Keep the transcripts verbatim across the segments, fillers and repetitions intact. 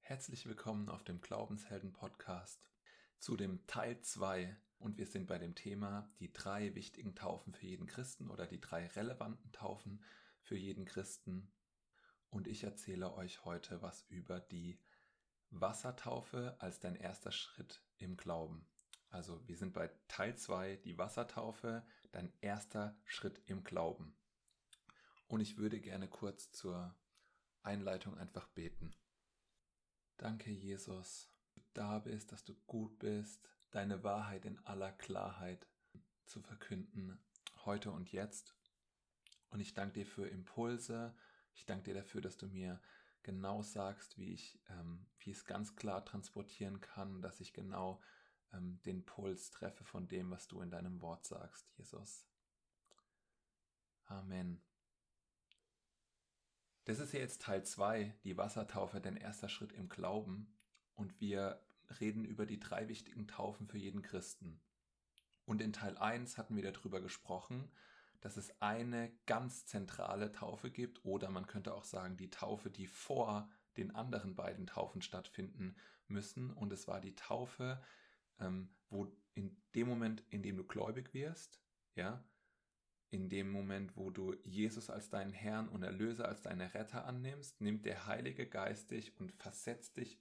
Herzlich willkommen auf dem Glaubenshelden-Podcast zu dem Teil zwei und wir sind bei dem Thema die drei wichtigen Taufen für jeden Christen oder die drei relevanten Taufen für jeden Christen und ich erzähle euch heute was über die Wassertaufe als dein erster Schritt im Glauben. Also wir sind bei Teil zwei, die Wassertaufe, dein erster Schritt im Glauben. Und ich würde gerne kurz zur Einleitung einfach beten. Danke, Jesus, dass du da bist, dass du gut bist, deine Wahrheit in aller Klarheit zu verkünden, heute und jetzt. Und ich danke dir für Impulse, ich danke dir dafür, dass du mir genau sagst, wie ich, ähm, wie ich es ganz klar transportieren kann, dass ich genau ähm, den Puls treffe von dem, was du in deinem Wort sagst, Jesus. Amen. Das ist ja jetzt Teil zwei, die Wassertaufe, dein erster Schritt im Glauben. Und wir reden über die drei wichtigen Taufen für jeden Christen. Und in Teil eins hatten wir darüber gesprochen, dass es eine ganz zentrale Taufe gibt, oder man könnte auch sagen, die Taufe, die vor den anderen beiden Taufen stattfinden müssen. Und es war die Taufe, ähm, wo in dem Moment, in dem du gläubig wirst, ja, in dem Moment, wo du Jesus als deinen Herrn und Erlöser, als deinen Retter annimmst, nimmt der Heilige Geist dich und versetzt dich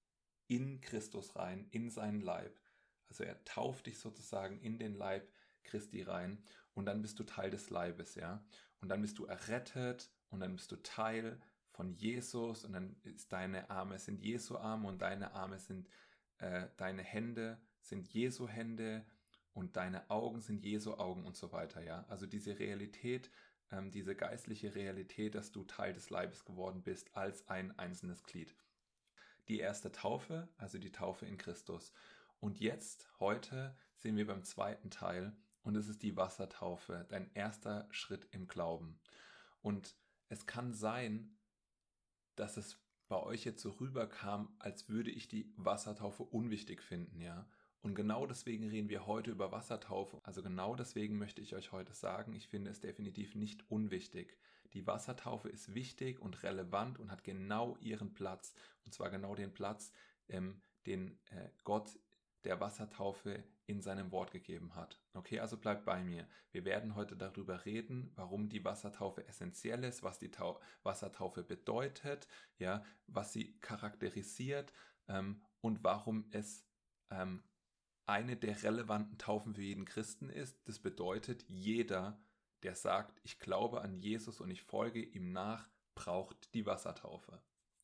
in Christus rein, in seinen Leib. Also er tauft dich sozusagen in den Leib Christi rein und dann bist du Teil des Leibes, ja. Und dann bist du errettet und dann bist du Teil von Jesus und dann ist deine Arme sind Jesu Arme und deine Arme sind, äh, deine Hände sind Jesu Hände und deine Augen sind Jesu Augen und so weiter, ja. Also diese Realität, ähm, diese geistliche Realität, dass du Teil des Leibes geworden bist als ein einzelnes Glied. Die erste Taufe, also die Taufe in Christus. Und jetzt, heute, sind wir beim zweiten Teil und es ist die Wassertaufe, dein erster Schritt im Glauben. Und es kann sein, dass es bei euch jetzt so rüberkam, als würde ich die Wassertaufe unwichtig finden, ja. Und genau deswegen reden wir heute über Wassertaufe. Also genau deswegen möchte ich euch heute sagen, ich finde es definitiv nicht unwichtig. Die Wassertaufe ist wichtig und relevant und hat genau ihren Platz. Und zwar genau den Platz, ähm, den äh, Gott der Wassertaufe in seinem Wort gegeben hat. Okay, also bleibt bei mir. Wir werden heute darüber reden, warum die Wassertaufe essentiell ist, was die Tau- Wassertaufe bedeutet, ja, was sie charakterisiert ähm, und warum es ähm, eine der relevanten Taufen für jeden Christen ist. Das bedeutet, jeder, der sagt, ich glaube an Jesus und ich folge ihm nach, braucht die Wassertaufe.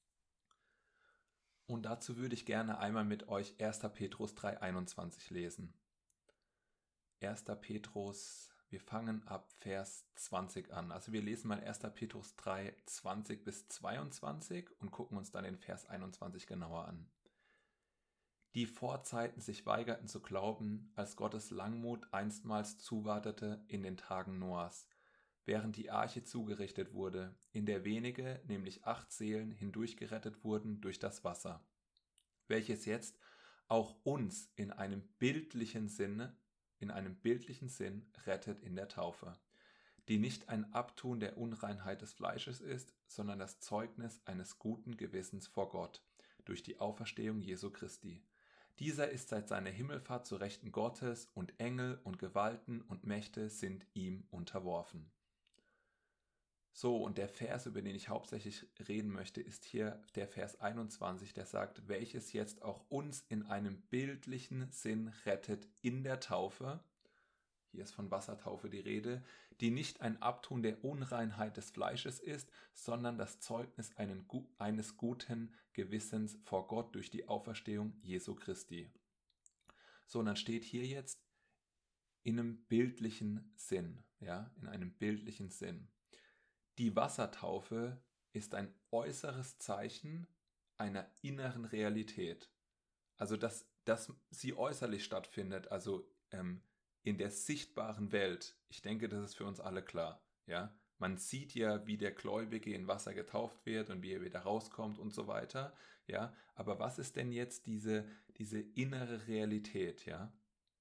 Und dazu würde ich gerne einmal mit euch erster Petrus drei einundzwanzig lesen. erster Petrus, wir fangen ab Vers zwanzig an. Also wir lesen mal erster Petrus drei zwanzig bis zweiundzwanzig und gucken uns dann den Vers einundzwanzig genauer an. Die Vorzeiten sich weigerten zu glauben, als Gottes Langmut einstmals zuwartete in den Tagen Noahs, während die Arche zugerichtet wurde, in der wenige, nämlich acht Seelen, hindurchgerettet wurden durch das Wasser, welches jetzt auch uns in einem bildlichen Sinne, in einem bildlichen Sinn rettet in der Taufe, die nicht ein Abtun der Unreinheit des Fleisches ist, sondern das Zeugnis eines guten Gewissens vor Gott, durch die Auferstehung Jesu Christi. Dieser ist seit seiner Himmelfahrt zu Rechten Gottes und Engel und Gewalten und Mächte sind ihm unterworfen. So, und der Vers, über den ich hauptsächlich reden möchte, ist hier der Vers einundzwanzig, der sagt, welches jetzt auch uns in einem bildlichen Sinn rettet in der Taufe. Hier ist von Wassertaufe die Rede, die nicht ein Abtun der Unreinheit des Fleisches ist, sondern das Zeugnis einen, eines guten Gewissens vor Gott durch die Auferstehung Jesu Christi. So, und dann steht hier jetzt in einem bildlichen Sinn, ja, in einem bildlichen Sinn. Die Wassertaufe ist ein äußeres Zeichen einer inneren Realität. Also, dass, dass sie äußerlich stattfindet, also ähm, in der sichtbaren Welt. Ich denke, das ist für uns alle klar. Ja, man sieht ja, wie der Gläubige in Wasser getauft wird und wie er wieder rauskommt und so weiter. Ja, aber was ist denn jetzt diese, diese innere Realität? Ja,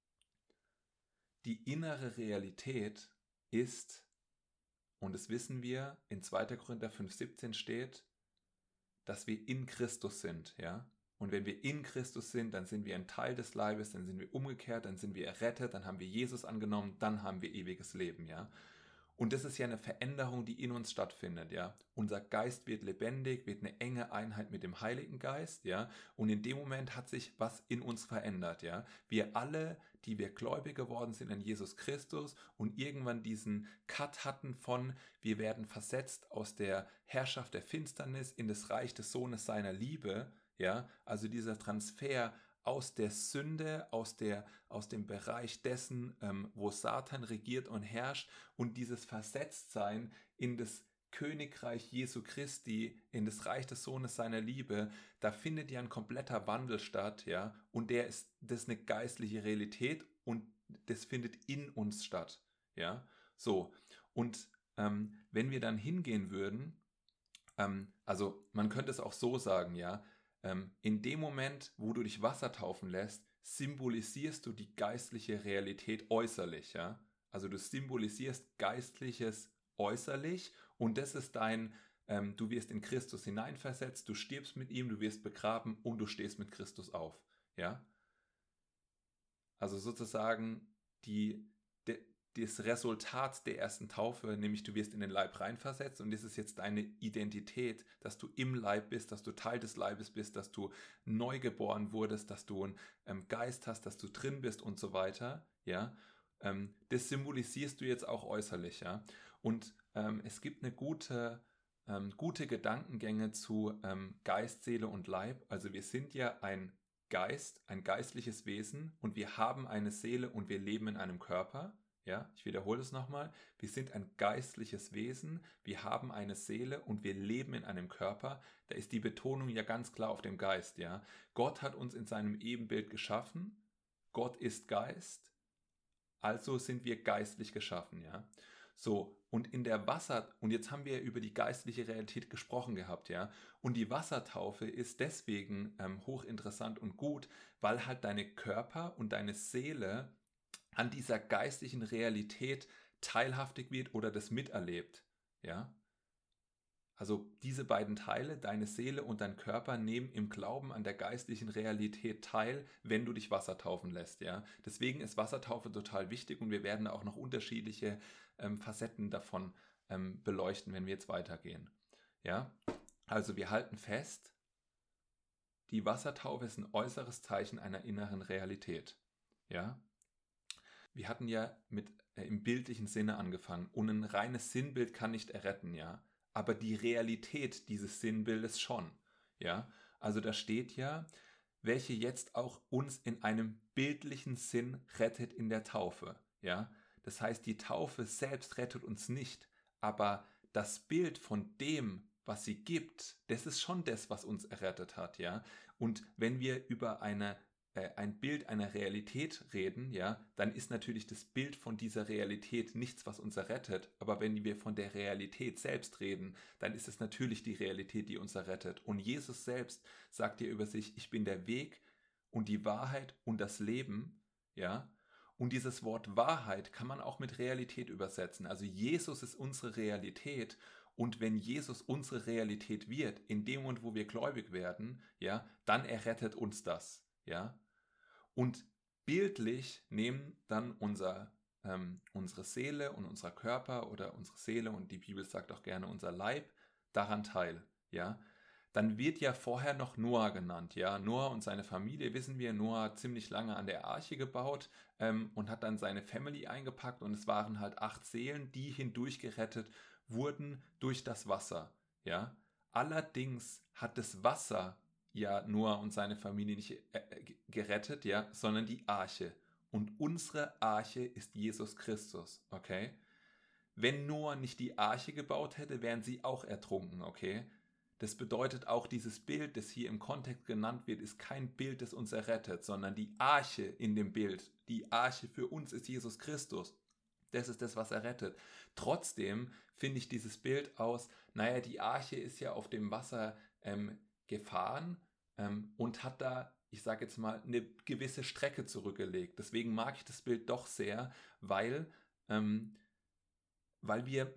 die innere Realität ist, und das wissen wir, in zweiter Korinther fünf siebzehn steht, dass wir in Christus sind, ja. Und wenn wir in Christus sind, dann sind wir ein Teil des Leibes, dann sind wir umgekehrt, dann sind wir errettet, dann haben wir Jesus angenommen, dann haben wir ewiges Leben, ja. Und das ist ja eine Veränderung, die in uns stattfindet, ja. Unser Geist wird lebendig, wird eine enge Einheit mit dem Heiligen Geist, ja. Und in dem Moment hat sich was in uns verändert, ja. Wir alle, die wir gläubig geworden sind in Jesus Christus und irgendwann diesen Cut hatten von, wir werden versetzt aus der Herrschaft der Finsternis in das Reich des Sohnes seiner Liebe, ja. Also dieser Transfer aus der Sünde, aus, der, aus dem Bereich dessen, ähm, wo Satan regiert und herrscht, und dieses Versetztsein in das Königreich Jesu Christi, in das Reich des Sohnes seiner Liebe, da findet ja ein kompletter Wandel statt, ja, und der ist, das ist eine geistliche Realität und das findet in uns statt, ja, so, und ähm, wenn wir dann hingehen würden, ähm, also man könnte es auch so sagen, ja, in dem Moment, wo du dich Wasser taufen lässt, symbolisierst du die geistliche Realität äußerlich. Ja? Also du symbolisierst Geistliches äußerlich und das ist dein, ähm, du wirst in Christus hineinversetzt, du stirbst mit ihm, du wirst begraben und du stehst mit Christus auf. Ja? Also sozusagen die, de, das Resultat der ersten Taufe, nämlich du wirst in den Leib reinversetzt und das ist jetzt deine Identität, dass du im Leib bist, dass du Teil des Leibes bist, dass du neu geboren wurdest, dass du einen ähm, Geist hast, dass du drin bist und so weiter, ja, ähm, das symbolisierst du jetzt auch äußerlich, ja, und ähm, es gibt eine gute, ähm, gute Gedankengänge zu ähm, Geist, Seele und Leib, also wir sind ja ein Geist, ein geistliches Wesen und wir haben eine Seele und wir leben in einem Körper. Ja, ich wiederhole es nochmal. Wir sind ein geistliches Wesen, wir haben eine Seele und wir leben in einem Körper. Da ist die Betonung ja ganz klar auf dem Geist, ja. Gott hat uns in seinem Ebenbild geschaffen. Gott ist Geist. Also sind wir geistlich geschaffen, ja. So, und in der Wasser, und jetzt haben wir über die geistliche Realität gesprochen gehabt, ja. Und die Wassertaufe ist deswegen ähm, hochinteressant und gut, weil halt deine Körper und deine Seele an dieser geistlichen Realität teilhaftig wird oder das miterlebt. Ja? Also diese beiden Teile, deine Seele und dein Körper, nehmen im Glauben an der geistlichen Realität teil, wenn du dich Wassertaufen lässt. Ja? Deswegen ist Wassertaufe total wichtig und wir werden auch noch unterschiedliche ähm, Facetten davon ähm, beleuchten, wenn wir jetzt weitergehen. Ja? Also wir halten fest, die Wassertaufe ist ein äußeres Zeichen einer inneren Realität. Ja? Wir hatten ja mit äh, im bildlichen Sinne angefangen und ein reines Sinnbild kann nicht erretten, ja. Aber die Realität dieses Sinnbildes schon, ja. Also da steht ja, welche jetzt auch uns in einem bildlichen Sinn rettet in der Taufe, ja. Das heißt, die Taufe selbst rettet uns nicht, aber das Bild von dem, was sie gibt, das ist schon das, was uns errettet hat, ja. Und wenn wir über eine ein Bild einer Realität reden, ja, dann ist natürlich das Bild von dieser Realität nichts, was uns errettet. Aber wenn wir von der Realität selbst reden, dann ist es natürlich die Realität, die uns errettet. Und Jesus selbst sagt ja über sich, ich bin der Weg und die Wahrheit und das Leben, ja. Und dieses Wort Wahrheit kann man auch mit Realität übersetzen. Also Jesus ist unsere Realität. Und wenn Jesus unsere Realität wird, in dem Moment, wo wir gläubig werden, ja, dann errettet uns das. Ja? Und bildlich nehmen dann unser, ähm, unsere Seele und unser Körper oder unsere Seele, und die Bibel sagt auch gerne unser Leib, daran teil. Ja? Dann wird ja vorher noch Noah genannt. Ja? Noah und seine Familie, wissen wir, Noah hat ziemlich lange an der Arche gebaut ähm, und hat dann seine Family eingepackt und es waren halt acht Seelen, die hindurch gerettet wurden durch das Wasser. Ja? Allerdings hat das Wasser ja Noah und seine Familie nicht äh, gerettet, ja, sondern die Arche. Und unsere Arche ist Jesus Christus, okay? Wenn Noah nicht die Arche gebaut hätte, wären sie auch ertrunken, okay? Das bedeutet auch, dieses Bild, das hier im Kontext genannt wird, ist kein Bild, das uns errettet, sondern die Arche in dem Bild, die Arche für uns ist Jesus Christus. Das ist das, was errettet. Trotzdem finde ich dieses Bild aus, naja, die Arche ist ja auf dem Wasser ähm, gefahren ähm, und hat da, ich sage jetzt mal, eine gewisse Strecke zurückgelegt. Deswegen mag ich das Bild doch sehr, weil, ähm, weil wir mit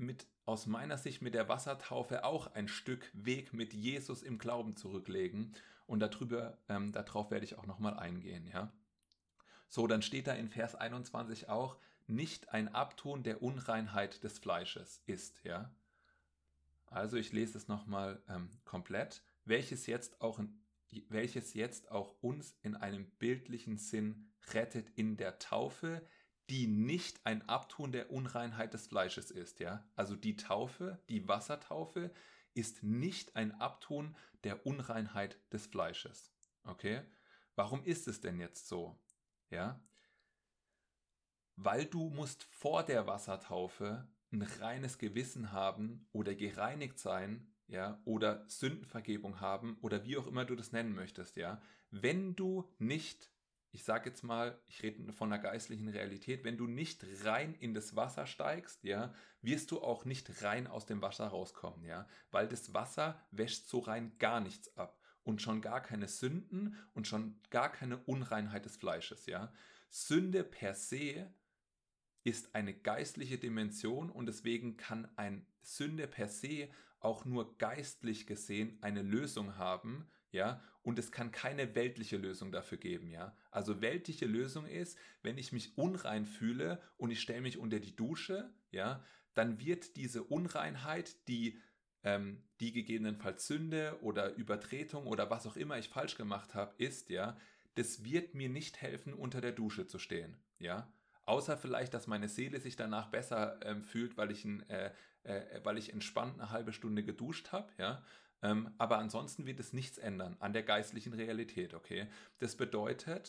aus meiner Sicht mit der Wassertaufe auch ein Stück Weg mit Jesus im Glauben zurücklegen. Und darüber, ähm, darauf werde ich auch nochmal eingehen. Ja? So, dann steht da in Vers einundzwanzig auch, nicht ein Abtun der Unreinheit des Fleisches ist. Ja? Also ich lese es nochmal ähm, komplett. Welches jetzt, auch in, welches jetzt auch uns in einem bildlichen Sinn rettet in der Taufe, die nicht ein Abtun der Unreinheit des Fleisches ist. Ja? Also die Taufe, die Wassertaufe, ist nicht ein Abtun der Unreinheit des Fleisches. Okay? Warum ist es denn jetzt so? Ja? Weil du musst vor der Wassertaufe ein reines Gewissen haben oder gereinigt sein, ja, oder Sündenvergebung haben oder wie auch immer du das nennen möchtest, ja. Wenn du nicht, ich sage jetzt mal, ich rede von einer geistlichen Realität, wenn du nicht rein in das Wasser steigst, ja, wirst du auch nicht rein aus dem Wasser rauskommen, ja, weil das Wasser wäscht so rein gar nichts ab und schon gar keine Sünden und schon gar keine Unreinheit des Fleisches, ja. Sünde per se ist eine geistliche Dimension und deswegen kann ein Sünde per se auch nur geistlich gesehen eine Lösung haben, ja, und es kann keine weltliche Lösung dafür geben, ja. Also weltliche Lösung ist, wenn ich mich unrein fühle und ich stelle mich unter die Dusche, ja, dann wird diese Unreinheit, die ähm, die gegebenenfalls Sünde oder Übertretung oder was auch immer ich falsch gemacht habe, ist, ja, das wird mir nicht helfen, unter der Dusche zu stehen, ja. Außer vielleicht, dass meine Seele sich danach besser ähm, fühlt, weil ich, ein, äh, äh, weil ich entspannt eine halbe Stunde geduscht habe, ja. Ähm, aber ansonsten wird es nichts ändern an der geistlichen Realität, okay. Das bedeutet,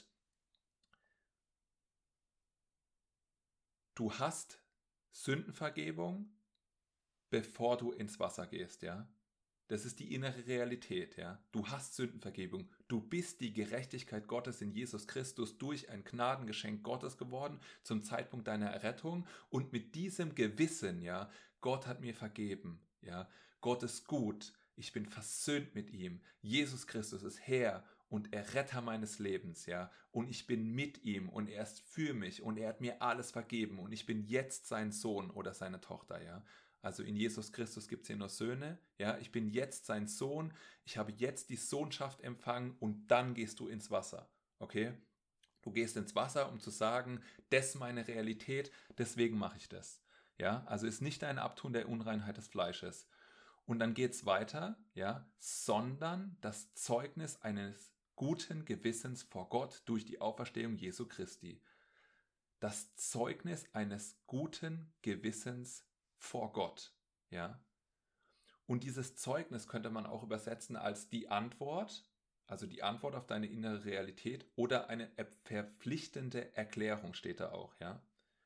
du hast Sündenvergebung, bevor du ins Wasser gehst, ja. Das ist die innere Realität, ja. Du hast Sündenvergebung. Du bist die Gerechtigkeit Gottes in Jesus Christus durch ein Gnadengeschenk Gottes geworden zum Zeitpunkt deiner Errettung und mit diesem Gewissen, ja, Gott hat mir vergeben, ja. Gott ist gut. Ich bin versöhnt mit ihm. Jesus Christus ist Herr und Erretter meines Lebens, ja. Und ich bin mit ihm und er ist für mich und er hat mir alles vergeben und ich bin jetzt sein Sohn oder seine Tochter, ja. Also in Jesus Christus gibt es hier nur Söhne. Ja, ich bin jetzt sein Sohn. Ich habe jetzt die Sohnschaft empfangen und dann gehst du ins Wasser. Okay? Du gehst ins Wasser, um zu sagen, das ist meine Realität, deswegen mache ich das. Ja, also ist nicht ein Abtun der Unreinheit des Fleisches. Und dann geht es weiter, ja, sondern das Zeugnis eines guten Gewissens vor Gott durch die Auferstehung Jesu Christi. Das Zeugnis eines guten Gewissens vor Gott, ja. Und dieses Zeugnis könnte man auch übersetzen als die Antwort, also die Antwort auf deine innere Realität oder eine verpflichtende Erklärung steht da auch, ja.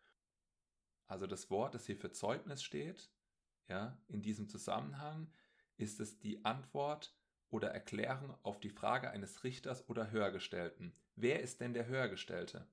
Also das Wort, das hier für Zeugnis steht, ja, in diesem Zusammenhang ist es die Antwort oder Erklärung auf die Frage eines Richters oder Höhergestellten. Wer ist denn der Höhergestellte?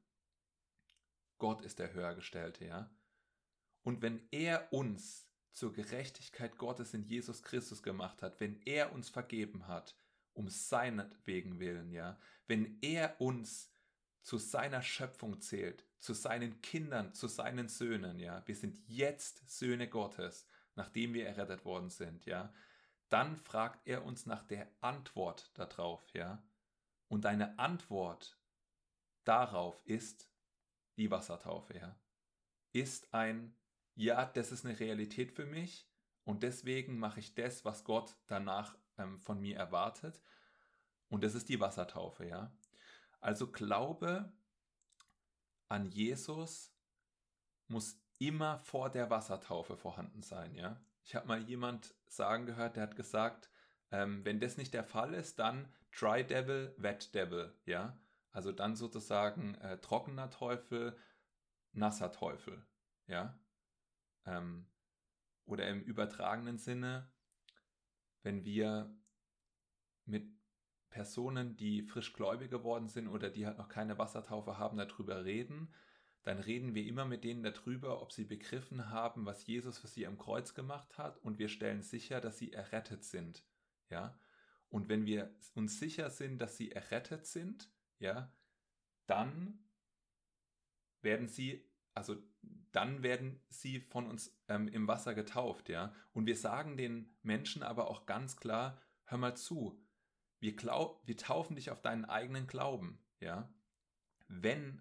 Gott ist der Höhergestellte, ja. Und wenn er uns zur Gerechtigkeit Gottes in Jesus Christus gemacht hat, wenn er uns vergeben hat, um seinetwegen willen, ja, wenn er uns zu seiner Schöpfung zählt, zu seinen Kindern, zu seinen Söhnen, ja, wir sind jetzt Söhne Gottes, nachdem wir errettet worden sind, ja, dann fragt er uns nach der Antwort darauf, ja, und eine Antwort darauf ist die Wassertaufe, ja, ist ein ja, das ist eine Realität für mich und deswegen mache ich das, was Gott danach ähm, von mir erwartet. Und das ist die Wassertaufe, ja. Also Glaube an Jesus muss immer vor der Wassertaufe vorhanden sein, ja. Ich habe mal jemand sagen gehört, der hat gesagt, ähm, wenn das nicht der Fall ist, dann Dry Devil, Wet Devil, ja. Also dann sozusagen äh, trockener Teufel, nasser Teufel, ja. Ähm, oder im übertragenen Sinne, wenn wir mit Personen, die frisch gläubig geworden sind oder die halt noch keine Wassertaufe haben, darüber reden, dann reden wir immer mit denen darüber, ob sie begriffen haben, was Jesus für sie am Kreuz gemacht hat und wir stellen sicher, dass sie errettet sind, ja. Und wenn wir uns sicher sind, dass sie errettet sind, ja, dann werden sie also dann werden sie von uns ähm, im Wasser getauft, ja. Und wir sagen den Menschen aber auch ganz klar, hör mal zu, wir, glaub, wir taufen dich auf deinen eigenen Glauben, ja. Wenn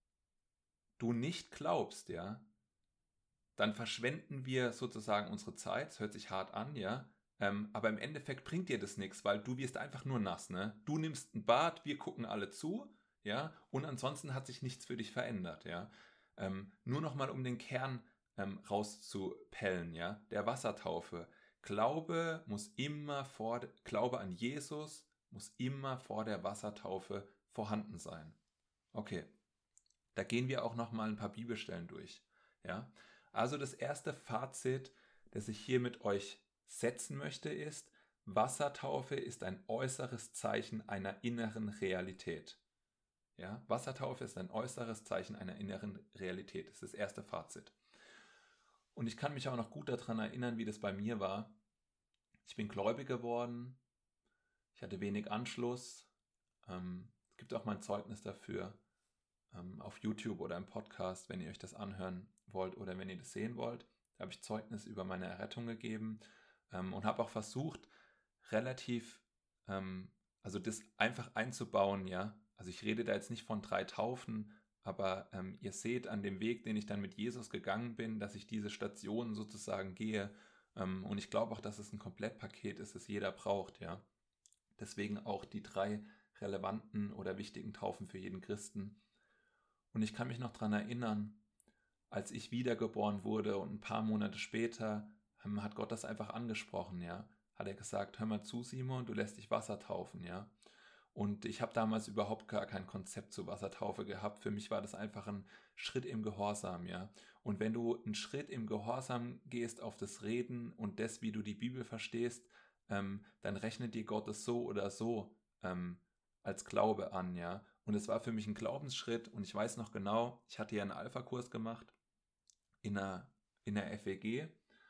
du nicht glaubst, ja, dann verschwenden wir sozusagen unsere Zeit, es hört sich hart an, ja, ähm, aber im Endeffekt bringt dir das nichts, weil du wirst einfach nur nass, ne? Du nimmst ein Bad, wir gucken alle zu, ja, und ansonsten hat sich nichts für dich verändert, ja. Ähm, nur nochmal, um den Kern ähm, rauszupellen, ja, der Wassertaufe. Glaube muss immer vor, Glaube an Jesus muss immer vor der Wassertaufe vorhanden sein. Okay, da gehen wir auch nochmal ein paar Bibelstellen durch, ja. Also das erste Fazit, das ich hier mit euch setzen möchte, ist, Wassertaufe ist ein äußeres Zeichen einer inneren Realität. Ja, Wassertaufe ist ein äußeres Zeichen einer inneren Realität. Das ist das erste Fazit. Und ich kann mich auch noch gut daran erinnern, wie das bei mir war. Ich bin gläubig geworden, ich hatte wenig Anschluss. Ähm, es gibt auch mein Zeugnis dafür ähm, auf YouTube oder im Podcast, wenn ihr euch das anhören wollt oder wenn ihr das sehen wollt. Da habe ich Zeugnis über meine Errettung gegeben ähm, und habe auch versucht, relativ, ähm, also das einfach einzubauen, ja. Also ich rede da jetzt nicht von drei Taufen, aber ähm, ihr seht an dem Weg, den ich dann mit Jesus gegangen bin, dass ich diese Stationen sozusagen gehe. Ähm, und ich glaube auch, dass es ein Komplettpaket ist, das jeder braucht, ja. Deswegen auch die drei relevanten oder wichtigen Taufen für jeden Christen. Und ich kann mich noch daran erinnern, als ich wiedergeboren wurde und ein paar Monate später ähm, hat Gott das einfach angesprochen, ja. Hat er gesagt, hör mal zu, Simon, du lässt dich Wasser taufen, ja. Und ich habe damals überhaupt gar kein Konzept zur Wassertaufe gehabt. Für mich war das einfach ein Schritt im Gehorsam, ja. Und wenn du einen Schritt im Gehorsam gehst auf das Reden und das, wie du die Bibel verstehst, ähm, dann rechnet dir Gott es so oder so ähm, als Glaube an, ja. Und es war für mich ein Glaubensschritt und ich weiß noch genau, ich hatte ja einen Alpha-Kurs gemacht in der, in der F E G.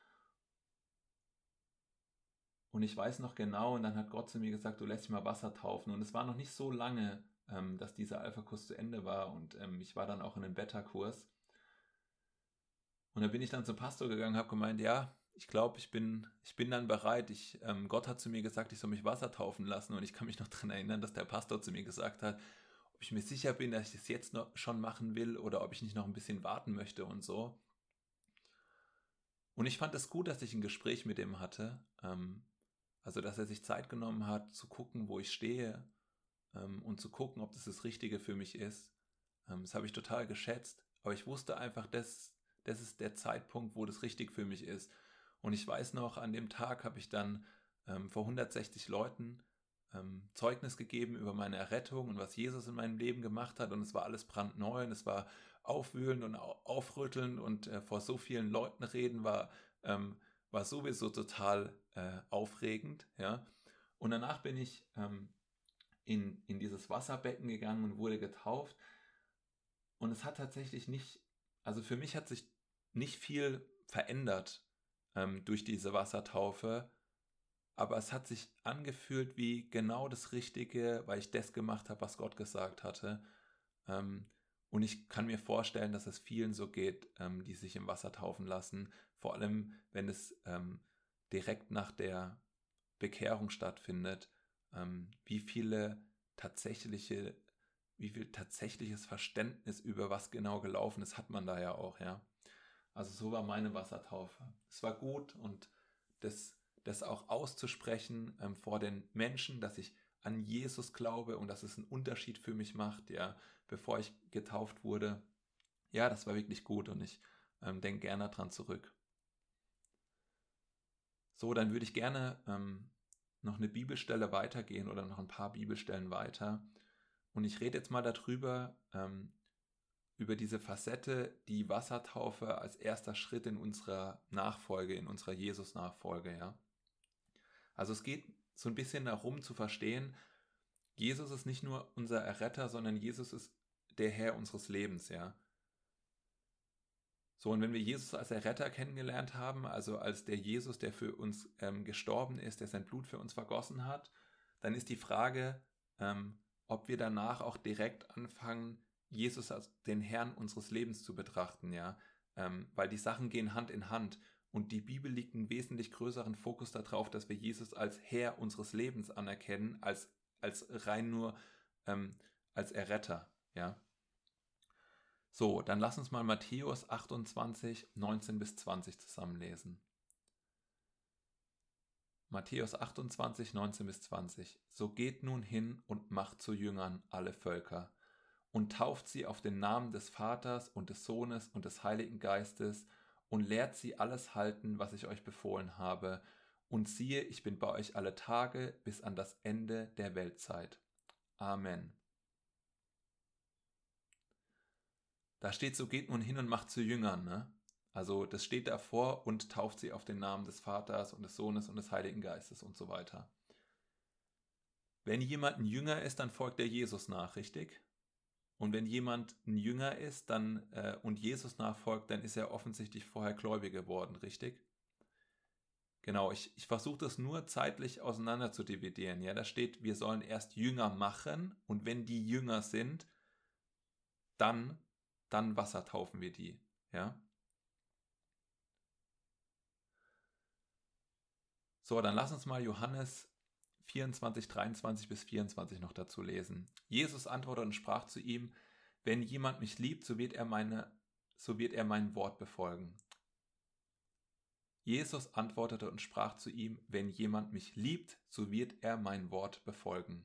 Und ich weiß noch genau, und dann hat Gott zu mir gesagt, du lässt dich mal Wasser taufen. Und es war noch nicht so lange, ähm, dass dieser Alpha-Kurs zu Ende war. Und ähm, ich war dann auch in einem Beta-Kurs. Und da bin ich dann zum Pastor gegangen und habe gemeint, ja, ich glaube, ich bin, ich bin dann bereit. Ich, ähm, Gott hat zu mir gesagt, ich soll mich Wasser taufen lassen. Und ich kann mich noch daran erinnern, dass der Pastor zu mir gesagt hat, ob ich mir sicher bin, dass ich das jetzt noch schon machen will oder ob ich nicht noch ein bisschen warten möchte und so. Und ich fand es gut, dass ich ein Gespräch mit ihm hatte. Ähm, Also, dass er sich Zeit genommen hat, zu gucken, wo ich stehe ähm, und zu gucken, ob das das Richtige für mich ist. Ähm, das habe ich total geschätzt. Aber ich wusste einfach, das, das ist der Zeitpunkt, wo das richtig für mich ist. Und ich weiß noch, an dem Tag habe ich dann ähm, vor hundertsechzig Leuten ähm, Zeugnis gegeben über meine Errettung und was Jesus in meinem Leben gemacht hat. Und es war alles brandneu und es war aufwühlend und aufrüttelnd und äh, vor so vielen Leuten reden war... Ähm, war sowieso total äh, aufregend, ja. Und danach bin ich ähm, in, in dieses Wasserbecken gegangen und wurde getauft. Und es hat tatsächlich nicht, also für mich hat sich nicht viel verändert ähm, durch diese Wassertaufe, aber es hat sich angefühlt wie genau das Richtige, weil ich das gemacht habe, was Gott gesagt hatte. Ähm, und ich kann mir vorstellen, dass es vielen so geht, ähm, die sich im Wasser taufen lassen. Vor allem, wenn es ähm, direkt nach der Bekehrung stattfindet. Ähm, wie viele tatsächliche, wie viel tatsächliches Verständnis über was genau gelaufen ist, hat man da ja auch, ja. Also so war meine Wassertaufe. Es war gut und das, das auch auszusprechen ähm, vor den Menschen, dass ich an Jesus glaube und dass es einen Unterschied für mich macht, ja, bevor ich getauft wurde. Ja, das war wirklich gut und ich ähm, denke gerne daran zurück. So, dann würde ich gerne ähm, noch eine Bibelstelle weitergehen oder noch ein paar Bibelstellen weiter. Und ich rede jetzt mal darüber, ähm, über diese Facette, die Wassertaufe als erster Schritt in unserer Nachfolge, in unserer Jesus-Nachfolge, ja. Also es geht so ein bisschen darum zu verstehen, Jesus ist nicht nur unser Erretter, sondern Jesus ist der Herr unseres Lebens, ja. So, und wenn wir Jesus als Erretter kennengelernt haben, also als der Jesus, der für uns ähm, gestorben ist, der sein Blut für uns vergossen hat, dann ist die Frage, ähm, ob wir danach auch direkt anfangen, Jesus als den Herrn unseres Lebens zu betrachten, ja, ähm, weil die Sachen gehen Hand in Hand und die Bibel legt einen wesentlich größeren Fokus darauf, dass wir Jesus als Herr unseres Lebens anerkennen, als, als rein nur ähm, als Erretter, ja. So, dann lass uns mal Matthäus achtundzwanzig, neunzehn bis zwanzig zusammenlesen. Matthäus achtundzwanzig, neunzehn bis zwanzig. So geht nun hin und macht zu Jüngern alle Völker und tauft sie auf den Namen des Vaters und des Sohnes und des Heiligen Geistes und lehrt sie alles halten, was ich euch befohlen habe. Und siehe, ich bin bei euch alle Tage bis an das Ende der Weltzeit. Amen. Da steht, so geht nun hin und macht zu Jüngern, ne? Also das steht davor und tauft sie auf den Namen des Vaters und des Sohnes und des Heiligen Geistes und so weiter. Wenn jemand ein Jünger ist, dann folgt er Jesus nach, richtig? Und wenn jemand ein Jünger ist dann äh, und Jesus nachfolgt, dann ist er offensichtlich vorher gläubig geworden, richtig? Genau, ich, ich versuche das nur zeitlich auseinander zu dividieren. Ja, da steht, wir sollen erst Jünger machen und wenn die Jünger sind, dann, dann wassertaufen wir die. Ja? So, dann lass uns mal Johannes vierundzwanzig, dreiundzwanzig bis vierundzwanzig noch dazu lesen. Jesus antwortete und sprach zu ihm, wenn jemand mich liebt, so wird er meine, so wird er mein Wort befolgen. Jesus antwortete und sprach zu ihm, wenn jemand mich liebt, so wird er mein Wort befolgen.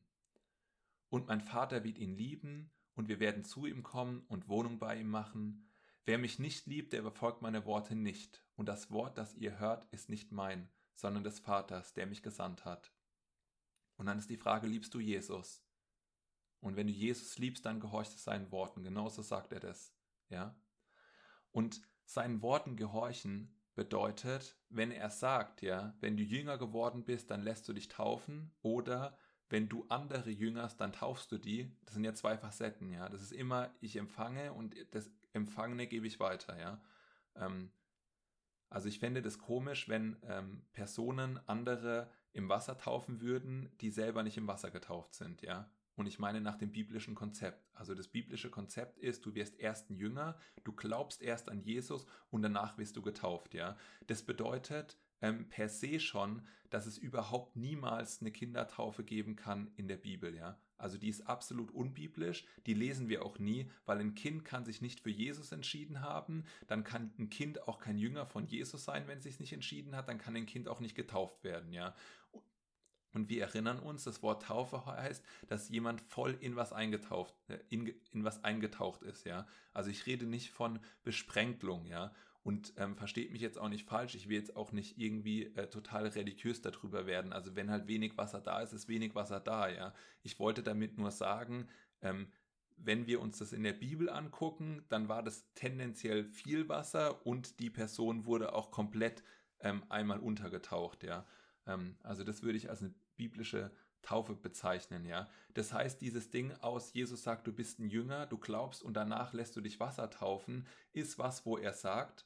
Und mein Vater wird ihn lieben, und wir werden zu ihm kommen und Wohnung bei ihm machen. Wer mich nicht liebt, der befolgt meine Worte nicht. Und das Wort, das ihr hört, ist nicht mein, sondern des Vaters, der mich gesandt hat. Und dann ist die Frage, liebst du Jesus? Und wenn du Jesus liebst, dann gehorchst du seinen Worten. Genauso sagt er das. Ja? Und seinen Worten gehorchen bedeutet, wenn er sagt, ja, wenn du Jünger geworden bist, dann lässt du dich taufen, oder wenn du andere jüngerst, dann taufst du die. Das sind ja zwei Facetten, ja. Das ist immer, ich empfange und das Empfangene gebe ich weiter, ja. Ähm, also ich fände das komisch, wenn ähm, Personen andere im Wasser taufen würden, die selber nicht im Wasser getauft sind, ja. Und ich meine nach dem biblischen Konzept. Also das biblische Konzept ist, du wirst erst ein Jünger, du glaubst erst an Jesus und danach wirst du getauft, ja. Das bedeutet ähm, per se schon, dass es überhaupt niemals eine Kindertaufe geben kann in der Bibel, ja. Also die ist absolut unbiblisch, die lesen wir auch nie, weil ein Kind kann sich nicht für Jesus entschieden haben, dann kann ein Kind auch kein Jünger von Jesus sein, wenn es sich nicht entschieden hat, dann kann ein Kind auch nicht getauft werden, ja. Und wir erinnern uns, das Wort Taufe heißt, dass jemand voll in was eingetaucht, in, in was eingetaucht ist, ja. Also ich rede nicht von Besprenkelung, ja. Und ähm, versteht mich jetzt auch nicht falsch, ich will jetzt auch nicht irgendwie äh, total religiös darüber werden. Also wenn halt wenig Wasser da ist, ist wenig Wasser da, ja. Ich wollte damit nur sagen, ähm, wenn wir uns das in der Bibel angucken, dann war das tendenziell viel Wasser und die Person wurde auch komplett ähm, einmal untergetaucht, ja. Ähm, also das würde ich als eine biblische Taufe bezeichnen, ja. Das heißt, dieses Ding aus, Jesus sagt, du bist ein Jünger, du glaubst und danach lässt du dich Wasser taufen, ist was, wo er sagt,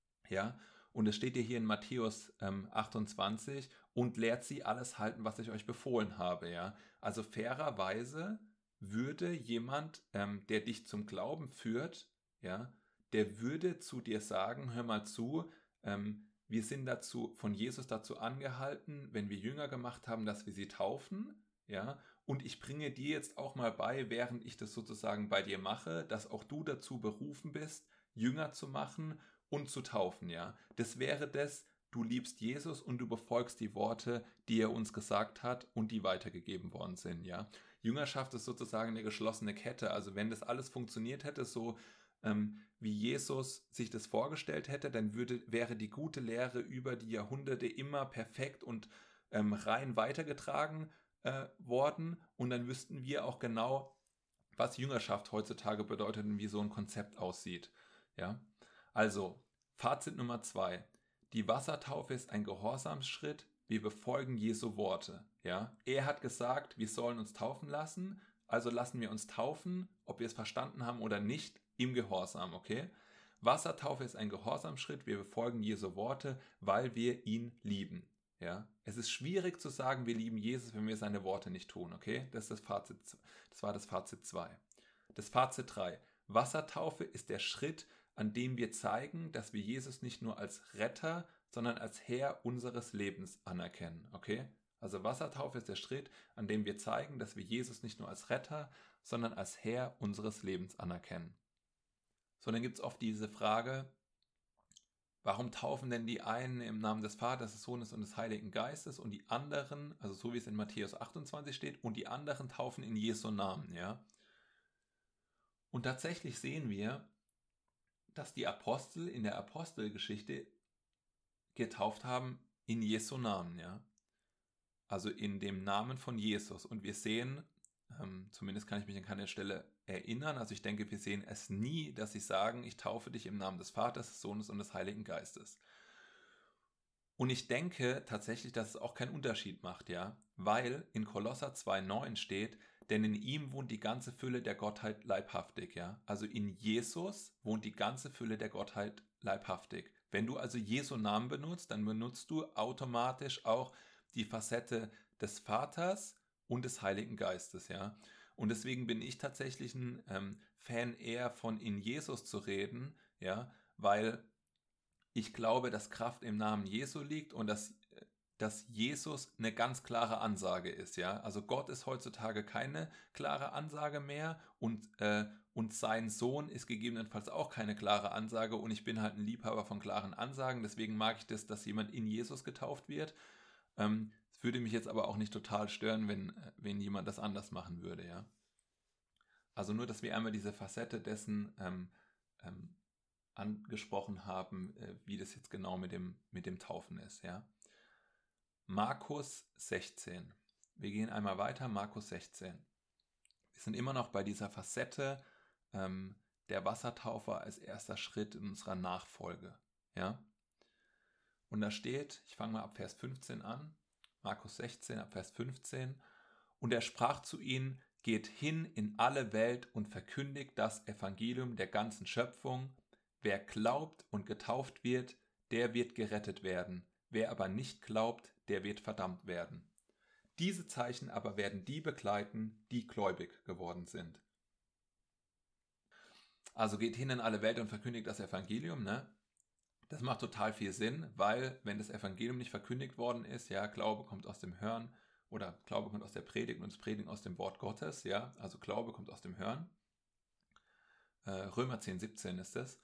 ja, und es steht hier in Matthäus ähm, achtundzwanzig, und lehrt sie alles halten, was ich euch befohlen habe, ja. Also fairerweise würde jemand, ähm, der dich zum Glauben führt, ja, der würde zu dir sagen, hör mal zu, ähm, wir sind dazu, von Jesus dazu angehalten, wenn wir Jünger gemacht haben, dass wir sie taufen, ja, und ich bringe dir jetzt auch mal bei, während ich das sozusagen bei dir mache, dass auch du dazu berufen bist, Jünger zu machen und zu taufen, ja. Das wäre das, du liebst Jesus und du befolgst die Worte, die er uns gesagt hat und die weitergegeben worden sind, ja. Jüngerschaft ist sozusagen eine geschlossene Kette, also wenn das alles funktioniert hätte, so ähm, wie Jesus sich das vorgestellt hätte, dann würde, wäre die gute Lehre über die Jahrhunderte immer perfekt und ähm, rein weitergetragen äh, worden, und dann wüssten wir auch genau, was Jüngerschaft heutzutage bedeutet und wie so ein Konzept aussieht. Ja? Also, Fazit Nummer zwei. Die Wassertaufe ist ein Gehorsamsschritt, wir befolgen Jesu Worte. Ja? Er hat gesagt, wir sollen uns taufen lassen, also lassen wir uns taufen, ob wir es verstanden haben oder nicht, im Gehorsam, okay? Wassertaufe ist ein Gehorsamsschritt, wir befolgen Jesu Worte, weil wir ihn lieben. Ja? Es ist schwierig zu sagen, wir lieben Jesus, wenn wir seine Worte nicht tun, okay? Das ist das Fazit, das war das Fazit zwei. das Fazit drei. Wassertaufe ist der Schritt, an dem wir zeigen, dass wir Jesus nicht nur als Retter, sondern als Herr unseres Lebens anerkennen. Okay? Also Wassertaufe ist der Schritt, an dem wir zeigen, dass wir Jesus nicht nur als Retter, sondern als Herr unseres Lebens anerkennen. So, dann gibt es oft diese Frage, warum taufen denn die einen im Namen des Vaters, des Sohnes und des Heiligen Geistes und die anderen, also so wie es in Matthäus achtundzwanzig steht, und die anderen taufen in Jesu Namen, ja? Und tatsächlich sehen wir, dass die Apostel in der Apostelgeschichte getauft haben in Jesu Namen, ja? Also in dem Namen von Jesus. Und wir sehen, ähm, zumindest kann ich mich an keine Stelle erinnern, also ich denke, wir sehen es nie, dass sie sagen, ich taufe dich im Namen des Vaters, des Sohnes und des Heiligen Geistes. Und ich denke tatsächlich, dass es auch keinen Unterschied macht, ja, weil in Kolosser zwei neun steht, denn in ihm wohnt die ganze Fülle der Gottheit leibhaftig, ja. Also in Jesus wohnt die ganze Fülle der Gottheit leibhaftig. Wenn du also Jesu Namen benutzt, dann benutzt du automatisch auch die Facette des Vaters und des Heiligen Geistes, ja. Und deswegen bin ich tatsächlich ein ähm, Fan eher von in Jesus zu reden, ja, weil ich glaube, dass Kraft im Namen Jesu liegt und dass, dass Jesus eine ganz klare Ansage ist, ja. Also Gott ist heutzutage keine klare Ansage mehr und, äh, und sein Sohn ist gegebenenfalls auch keine klare Ansage und ich bin halt ein Liebhaber von klaren Ansagen, deswegen mag ich das, dass jemand in Jesus getauft wird. Ähm, es würde mich jetzt aber auch nicht total stören, wenn, wenn jemand das anders machen würde, ja. Also nur, dass wir einmal diese Facette dessen ähm, ähm, angesprochen haben, äh, wie das jetzt genau mit dem, mit dem Taufen ist, ja. Markus sechzehn. Wir gehen einmal weiter, Markus sechzehn. Wir sind immer noch bei dieser Facette ähm, der Wassertaufe als erster Schritt in unserer Nachfolge, ja. Und da steht, ich fange mal ab Vers fünfzehn an, Markus sechzehn, ab Vers fünfzehn. Und er sprach zu ihnen, geht hin in alle Welt und verkündigt das Evangelium der ganzen Schöpfung. Wer glaubt und getauft wird, der wird gerettet werden. Wer aber nicht glaubt, der wird verdammt werden. Diese Zeichen aber werden die begleiten, die gläubig geworden sind. Also geht hin in alle Welt und verkündigt das Evangelium, ne? Das macht total viel Sinn, weil wenn das Evangelium nicht verkündigt worden ist, ja, Glaube kommt aus dem Hören oder Glaube kommt aus der Predigt und das Predigen aus dem Wort Gottes, ja, also Glaube kommt aus dem Hören. Äh, Römer zehn siebzehn ist es.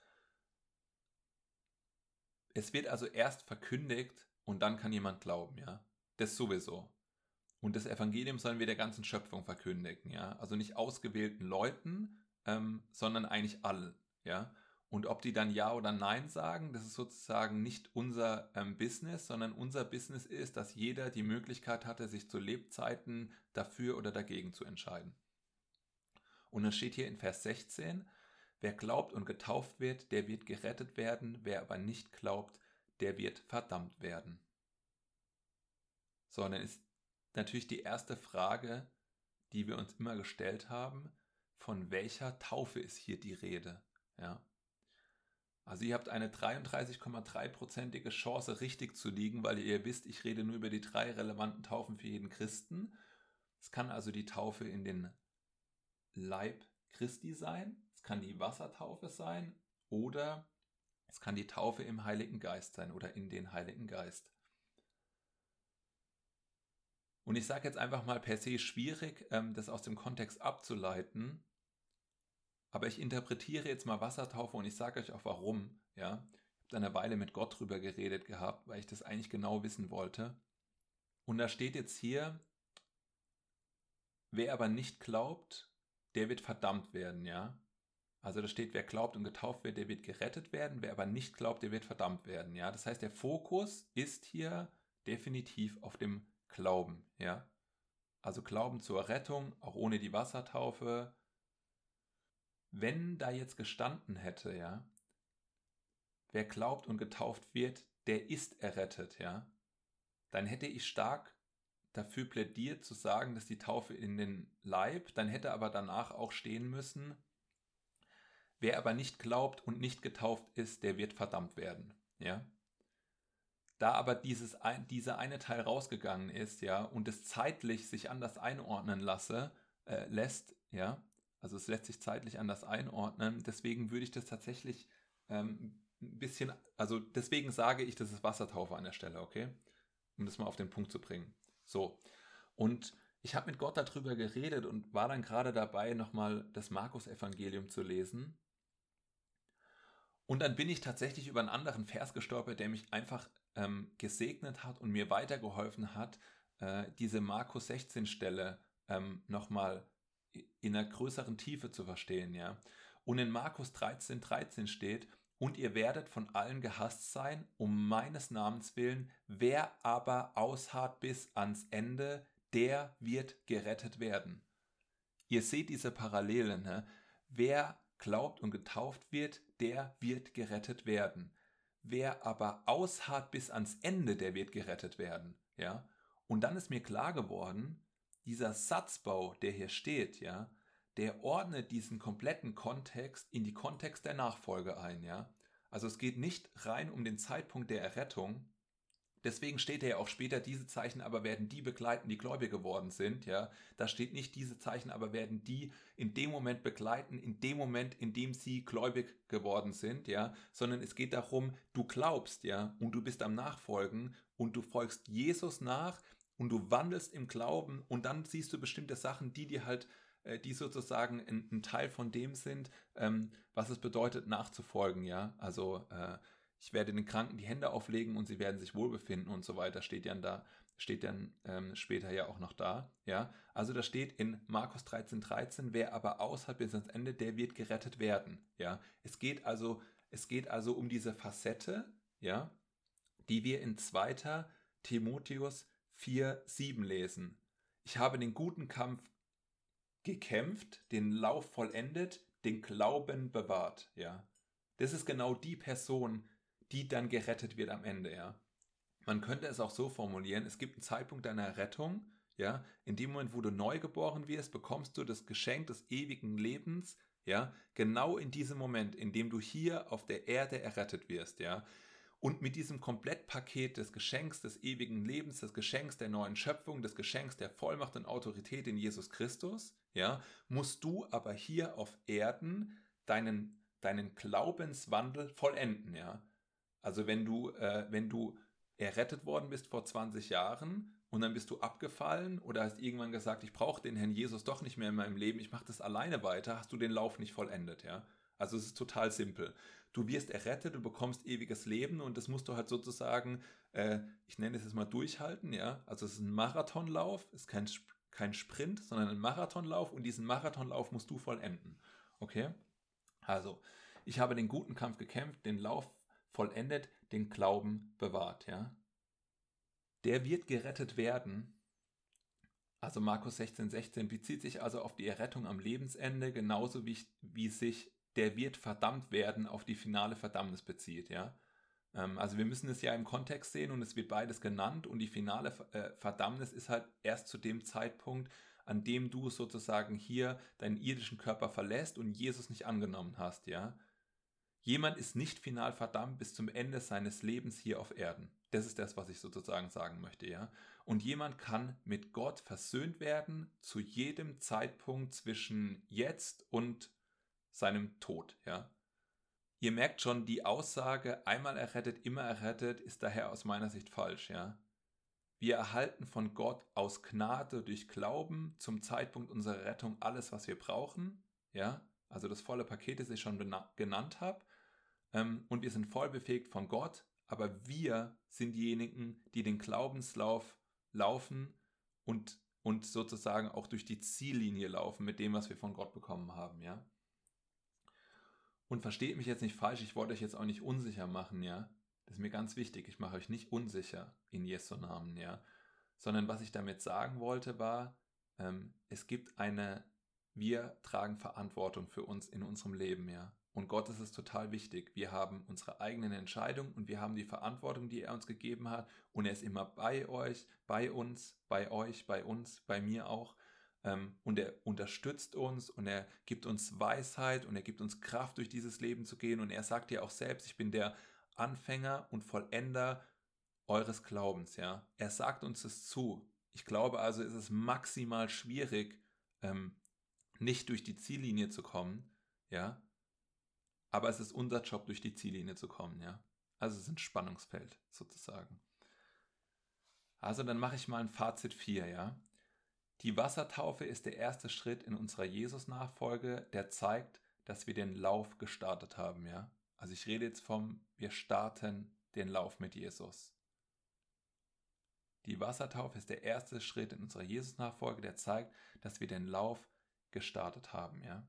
Es wird also erst verkündigt und dann kann jemand glauben, ja, das sowieso. Und das Evangelium sollen wir der ganzen Schöpfung verkündigen, ja, also nicht ausgewählten Leuten, ähm, sondern eigentlich allen, ja. Und ob die dann Ja oder Nein sagen, das ist sozusagen nicht unser ähm, Business, sondern unser Business ist, dass jeder die Möglichkeit hatte, sich zu Lebzeiten dafür oder dagegen zu entscheiden. Und dann steht hier in Vers sechzehn, wer glaubt und getauft wird, der wird gerettet werden, wer aber nicht glaubt, der wird verdammt werden. So, dann ist natürlich die erste Frage, die wir uns immer gestellt haben, von welcher Taufe ist hier die Rede? Ja. Also ihr habt eine dreiunddreißig Komma drei prozentige Chance richtig zu liegen, weil ihr wisst, ich rede nur über die drei relevanten Taufen für jeden Christen. Es kann also die Taufe in den Leib Christi sein, es kann die Wassertaufe sein oder es kann die Taufe im Heiligen Geist sein oder in den Heiligen Geist. Und ich sage jetzt einfach mal per se schwierig, das aus dem Kontext abzuleiten, aber ich interpretiere jetzt mal Wassertaufe und ich sage euch auch warum. Ja? Ich habe da eine Weile mit Gott drüber geredet gehabt, weil ich das eigentlich genau wissen wollte. Und da steht jetzt hier, wer aber nicht glaubt, der wird verdammt werden. Ja? Also da steht, wer glaubt und getauft wird, der wird gerettet werden. Wer aber nicht glaubt, der wird verdammt werden. Ja? Das heißt, der Fokus ist hier definitiv auf dem Glauben. Ja? Also Glauben zur Rettung, auch ohne die Wassertaufe. Wenn da jetzt gestanden hätte, ja, wer glaubt und getauft wird, der ist errettet, ja, dann hätte ich stark dafür plädiert zu sagen, dass die Taufe in den Leib, dann hätte aber danach auch stehen müssen, wer aber nicht glaubt und nicht getauft ist, der wird verdammt werden, ja. Da aber dieses, dieser eine Teil rausgegangen ist, ja, und es zeitlich sich anders einordnen lasse, äh, lässt, ja, Also es lässt sich zeitlich anders einordnen. Deswegen würde ich das tatsächlich ähm, ein bisschen, also deswegen sage ich, das ist Wassertaufe an der Stelle, okay? Um das mal auf den Punkt zu bringen. So, und ich habe mit Gott darüber geredet und war dann gerade dabei, nochmal das Markus-Evangelium zu lesen. Und dann bin ich tatsächlich über einen anderen Vers gestolpert, der mich einfach ähm, gesegnet hat und mir weitergeholfen hat, äh, diese Markus sechzehn Stelle ähm, nochmal in einer größeren Tiefe zu verstehen. Ja? Und in Markus dreizehn, dreizehn steht, und ihr werdet von allen gehasst sein, um meines Namens willen, wer aber ausharrt bis ans Ende, der wird gerettet werden. Ihr seht diese Parallelen. Ne? Wer glaubt und getauft wird, der wird gerettet werden. Wer aber ausharrt bis ans Ende, der wird gerettet werden. Ja? Und dann ist mir klar geworden, dieser Satzbau, der hier steht, ja, der ordnet diesen kompletten Kontext in die Kontext der Nachfolge ein. Ja? Also es geht nicht rein um den Zeitpunkt der Errettung. Deswegen steht ja auch später, diese Zeichen aber werden die begleiten, die gläubig geworden sind. Ja? Da steht nicht, diese Zeichen aber werden die in dem Moment begleiten, in dem Moment, in dem sie gläubig geworden sind. Ja? Sondern es geht darum, du glaubst, ja, und du bist am Nachfolgen und du folgst Jesus nach und du wandelst im Glauben und dann siehst du bestimmte Sachen, die dir halt, äh, die sozusagen ein, ein Teil von dem sind, ähm, was es bedeutet, nachzufolgen. Ja? Also äh, ich werde den Kranken die Hände auflegen und sie werden sich wohlbefinden und so weiter, steht dann da, steht dann ähm, später ja auch noch da. Ja? Also da steht in Markus dreizehn, dreizehn, wer aber ausharrt bis ans Ende, der wird gerettet werden. Ja? Es geht also, es geht also um diese Facette, ja, die wir in zweiter Timotheus vier, sieben lesen. Ich habe den guten Kampf gekämpft, den Lauf vollendet, den Glauben bewahrt. Ja? Das ist genau die Person, die dann gerettet wird am Ende, ja. Man könnte es auch so formulieren, es gibt einen Zeitpunkt deiner Rettung, ja, in dem Moment, wo du neu geboren wirst, bekommst du das Geschenk des ewigen Lebens, ja, genau in diesem Moment, in dem du hier auf der Erde errettet wirst, ja. Und mit diesem Komplettpaket des Geschenks des ewigen Lebens, des Geschenks der neuen Schöpfung, des Geschenks der Vollmacht und Autorität in Jesus Christus, ja, musst du aber hier auf Erden deinen, deinen Glaubenswandel vollenden, ja. Also wenn du, äh, wenn du errettet worden bist vor zwanzig Jahren und dann bist du abgefallen oder hast irgendwann gesagt, ich brauche den Herrn Jesus doch nicht mehr in meinem Leben, ich mache das alleine weiter, hast du den Lauf nicht vollendet, ja. Also es ist total simpel. Du wirst errettet, du bekommst ewiges Leben und das musst du halt sozusagen, äh, ich nenne es jetzt mal durchhalten, ja. Also es ist ein Marathonlauf, es ist kein, kein Sprint, sondern ein Marathonlauf und diesen Marathonlauf musst du vollenden. Okay? Also, ich habe den guten Kampf gekämpft, den Lauf vollendet, den Glauben bewahrt, ja. Der wird gerettet werden. Also Markus sechzehn, sechzehn bezieht sich also auf die Errettung am Lebensende, genauso wie, wie sich der wird verdammt werden auf die finale Verdammnis bezieht, ja. Ähm, also wir müssen es ja im Kontext sehen und es wird beides genannt und die finale äh, Verdammnis ist halt erst zu dem Zeitpunkt, an dem du sozusagen hier deinen irdischen Körper verlässt und Jesus nicht angenommen hast, ja. Jemand ist nicht final verdammt bis zum Ende seines Lebens hier auf Erden. Das ist das, was ich sozusagen sagen möchte, ja. Und jemand kann mit Gott versöhnt werden zu jedem Zeitpunkt zwischen jetzt und seinem Tod, ja. Ihr merkt schon, die Aussage, einmal errettet, immer errettet, ist daher aus meiner Sicht falsch, ja. Wir erhalten von Gott aus Gnade durch Glauben zum Zeitpunkt unserer Rettung alles, was wir brauchen, ja. Also das volle Paket, das ich schon genannt habe. Und wir sind voll befähigt von Gott, aber wir sind diejenigen, die den Glaubenslauf laufen und, und sozusagen auch durch die Ziellinie laufen mit dem, was wir von Gott bekommen haben, ja. Und versteht mich jetzt nicht falsch, ich wollte euch jetzt auch nicht unsicher machen, ja. Das ist mir ganz wichtig, ich mache euch nicht unsicher in Jesu Namen, ja. Sondern was ich damit sagen wollte war, ähm, es gibt eine, wir tragen Verantwortung für uns in unserem Leben, ja. Und Gott ist es total wichtig. Wir haben unsere eigenen Entscheidungen und wir haben die Verantwortung, die er uns gegeben hat. Und er ist immer bei euch, bei uns, bei euch, bei uns, bei mir auch. Und er unterstützt uns und er gibt uns Weisheit und er gibt uns Kraft, durch dieses Leben zu gehen. Und er sagt ja auch selbst, ich bin der Anfänger und Vollender eures Glaubens. Ja? Er sagt uns das zu. Ich glaube also, es ist maximal schwierig, ähm, nicht durch die Ziellinie zu kommen, ja, aber es ist unser Job, durch die Ziellinie zu kommen, ja. Also es ist ein Spannungsfeld sozusagen. Also dann mache ich mal ein Fazit vier, ja. Die Wassertaufe ist der erste Schritt in unserer Jesus-Nachfolge, der zeigt, dass wir den Lauf gestartet haben, ja. Also ich rede jetzt vom, wir starten den Lauf mit Jesus. Die Wassertaufe ist der erste Schritt in unserer Jesus-Nachfolge, der zeigt, dass wir den Lauf gestartet haben, ja.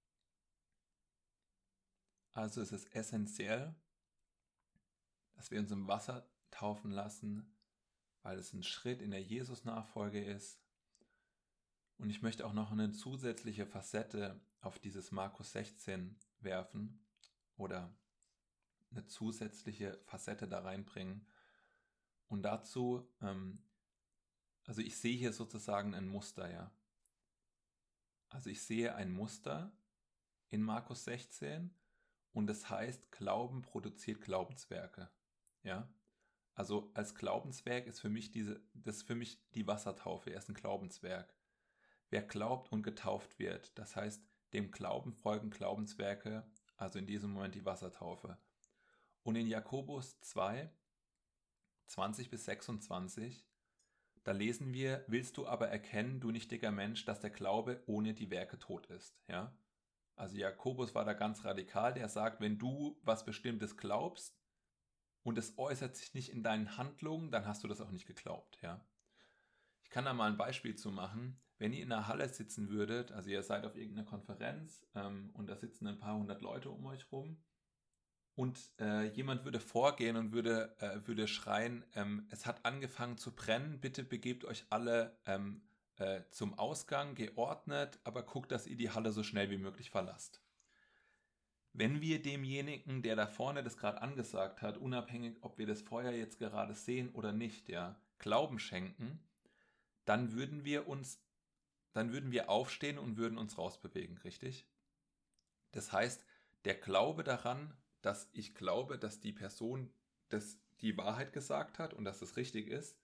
Also es ist essentiell, dass wir uns im Wasser taufen lassen, weil es ein Schritt in der Jesus-Nachfolge ist. Und ich möchte auch noch eine zusätzliche Facette auf dieses Markus sechzehn werfen oder eine zusätzliche Facette da reinbringen. Und dazu, ähm, also ich sehe hier sozusagen ein Muster, ja. Also ich sehe ein Muster in Markus sechzehn und das heißt, Glauben produziert Glaubenswerke, ja. Also als Glaubenswerk ist für mich diese, das ist für mich die Wassertaufe, erst ein Glaubenswerk. Wer glaubt und getauft wird, das heißt, dem Glauben folgen Glaubenswerke, also in diesem Moment die Wassertaufe. Und in Jakobus zwei, zwanzig bis sechsundzwanzig, da lesen wir, willst du aber erkennen, du nichtiger Mensch, dass der Glaube ohne die Werke tot ist, ja? Also Jakobus war da ganz radikal, der sagt, wenn du was Bestimmtes glaubst und es äußert sich nicht in deinen Handlungen, dann hast du das auch nicht geglaubt, ja? Ich kann da mal ein Beispiel zu machen. Wenn ihr in einer Halle sitzen würdet, also ihr seid auf irgendeiner Konferenz ähm, und da sitzen ein paar hundert Leute um euch rum und äh, jemand würde vorgehen und würde, äh, würde schreien, ähm, es hat angefangen zu brennen, bitte begebt euch alle ähm, äh, zum Ausgang, geordnet, aber guckt, dass ihr die Halle so schnell wie möglich verlasst. Wenn wir demjenigen, der da vorne das gerade angesagt hat, unabhängig, ob wir das Feuer jetzt gerade sehen oder nicht, ja, Glauben schenken, dann würden wir uns, dann würden wir aufstehen und würden uns rausbewegen, richtig? Das heißt, der Glaube daran, dass ich glaube, dass die Person das, die Wahrheit gesagt hat und dass es richtig ist,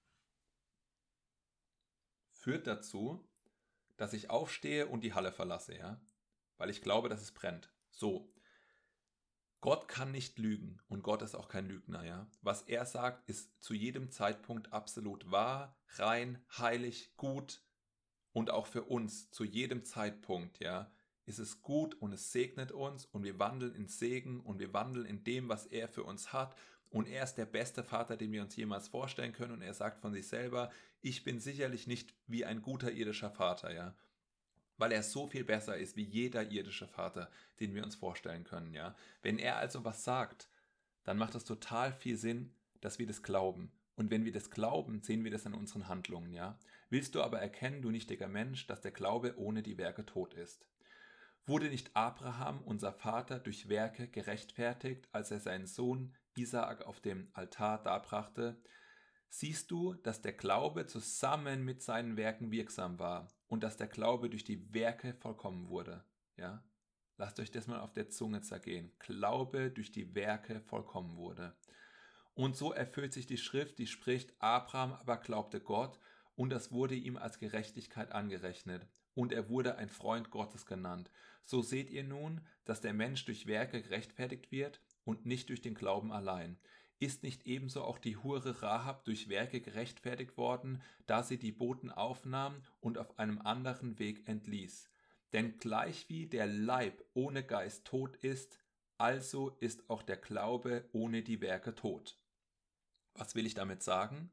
führt dazu, dass ich aufstehe und die Halle verlasse, ja, weil ich glaube, dass es brennt. So. Gott kann nicht lügen und Gott ist auch kein Lügner, ja. Was er sagt, ist zu jedem Zeitpunkt absolut wahr, rein, heilig, gut und auch für uns zu jedem Zeitpunkt, ja, ist es gut und es segnet uns und wir wandeln in Segen und wir wandeln in dem, was er für uns hat und er ist der beste Vater, den wir uns jemals vorstellen können und er sagt von sich selber, ich bin sicherlich nicht wie ein guter irdischer Vater, ja, weil er so viel besser ist wie jeder irdische Vater, den wir uns vorstellen können, ja. Wenn er also was sagt, dann macht es total viel Sinn, dass wir das glauben. Und wenn wir das glauben, sehen wir das an unseren Handlungen, ja. Willst du aber erkennen, du nichtiger Mensch, dass der Glaube ohne die Werke tot ist? Wurde nicht Abraham, unser Vater, durch Werke gerechtfertigt, als er seinen Sohn Isaak auf dem Altar darbrachte? Siehst du, dass der Glaube zusammen mit seinen Werken wirksam war und dass der Glaube durch die Werke vollkommen wurde? Ja? Lasst euch das mal auf der Zunge zergehen. Glaube durch die Werke vollkommen wurde. Und so erfüllt sich die Schrift, die spricht, Abraham aber glaubte Gott und das wurde ihm als Gerechtigkeit angerechnet. Und er wurde ein Freund Gottes genannt. So seht ihr nun, dass der Mensch durch Werke gerechtfertigt wird und nicht durch den Glauben allein. Ist nicht ebenso auch die Hure Rahab durch Werke gerechtfertigt worden, da sie die Boten aufnahm und auf einem anderen Weg entließ? Denn gleichwie der Leib ohne Geist tot ist, also ist auch der Glaube ohne die Werke tot. Was will ich damit sagen?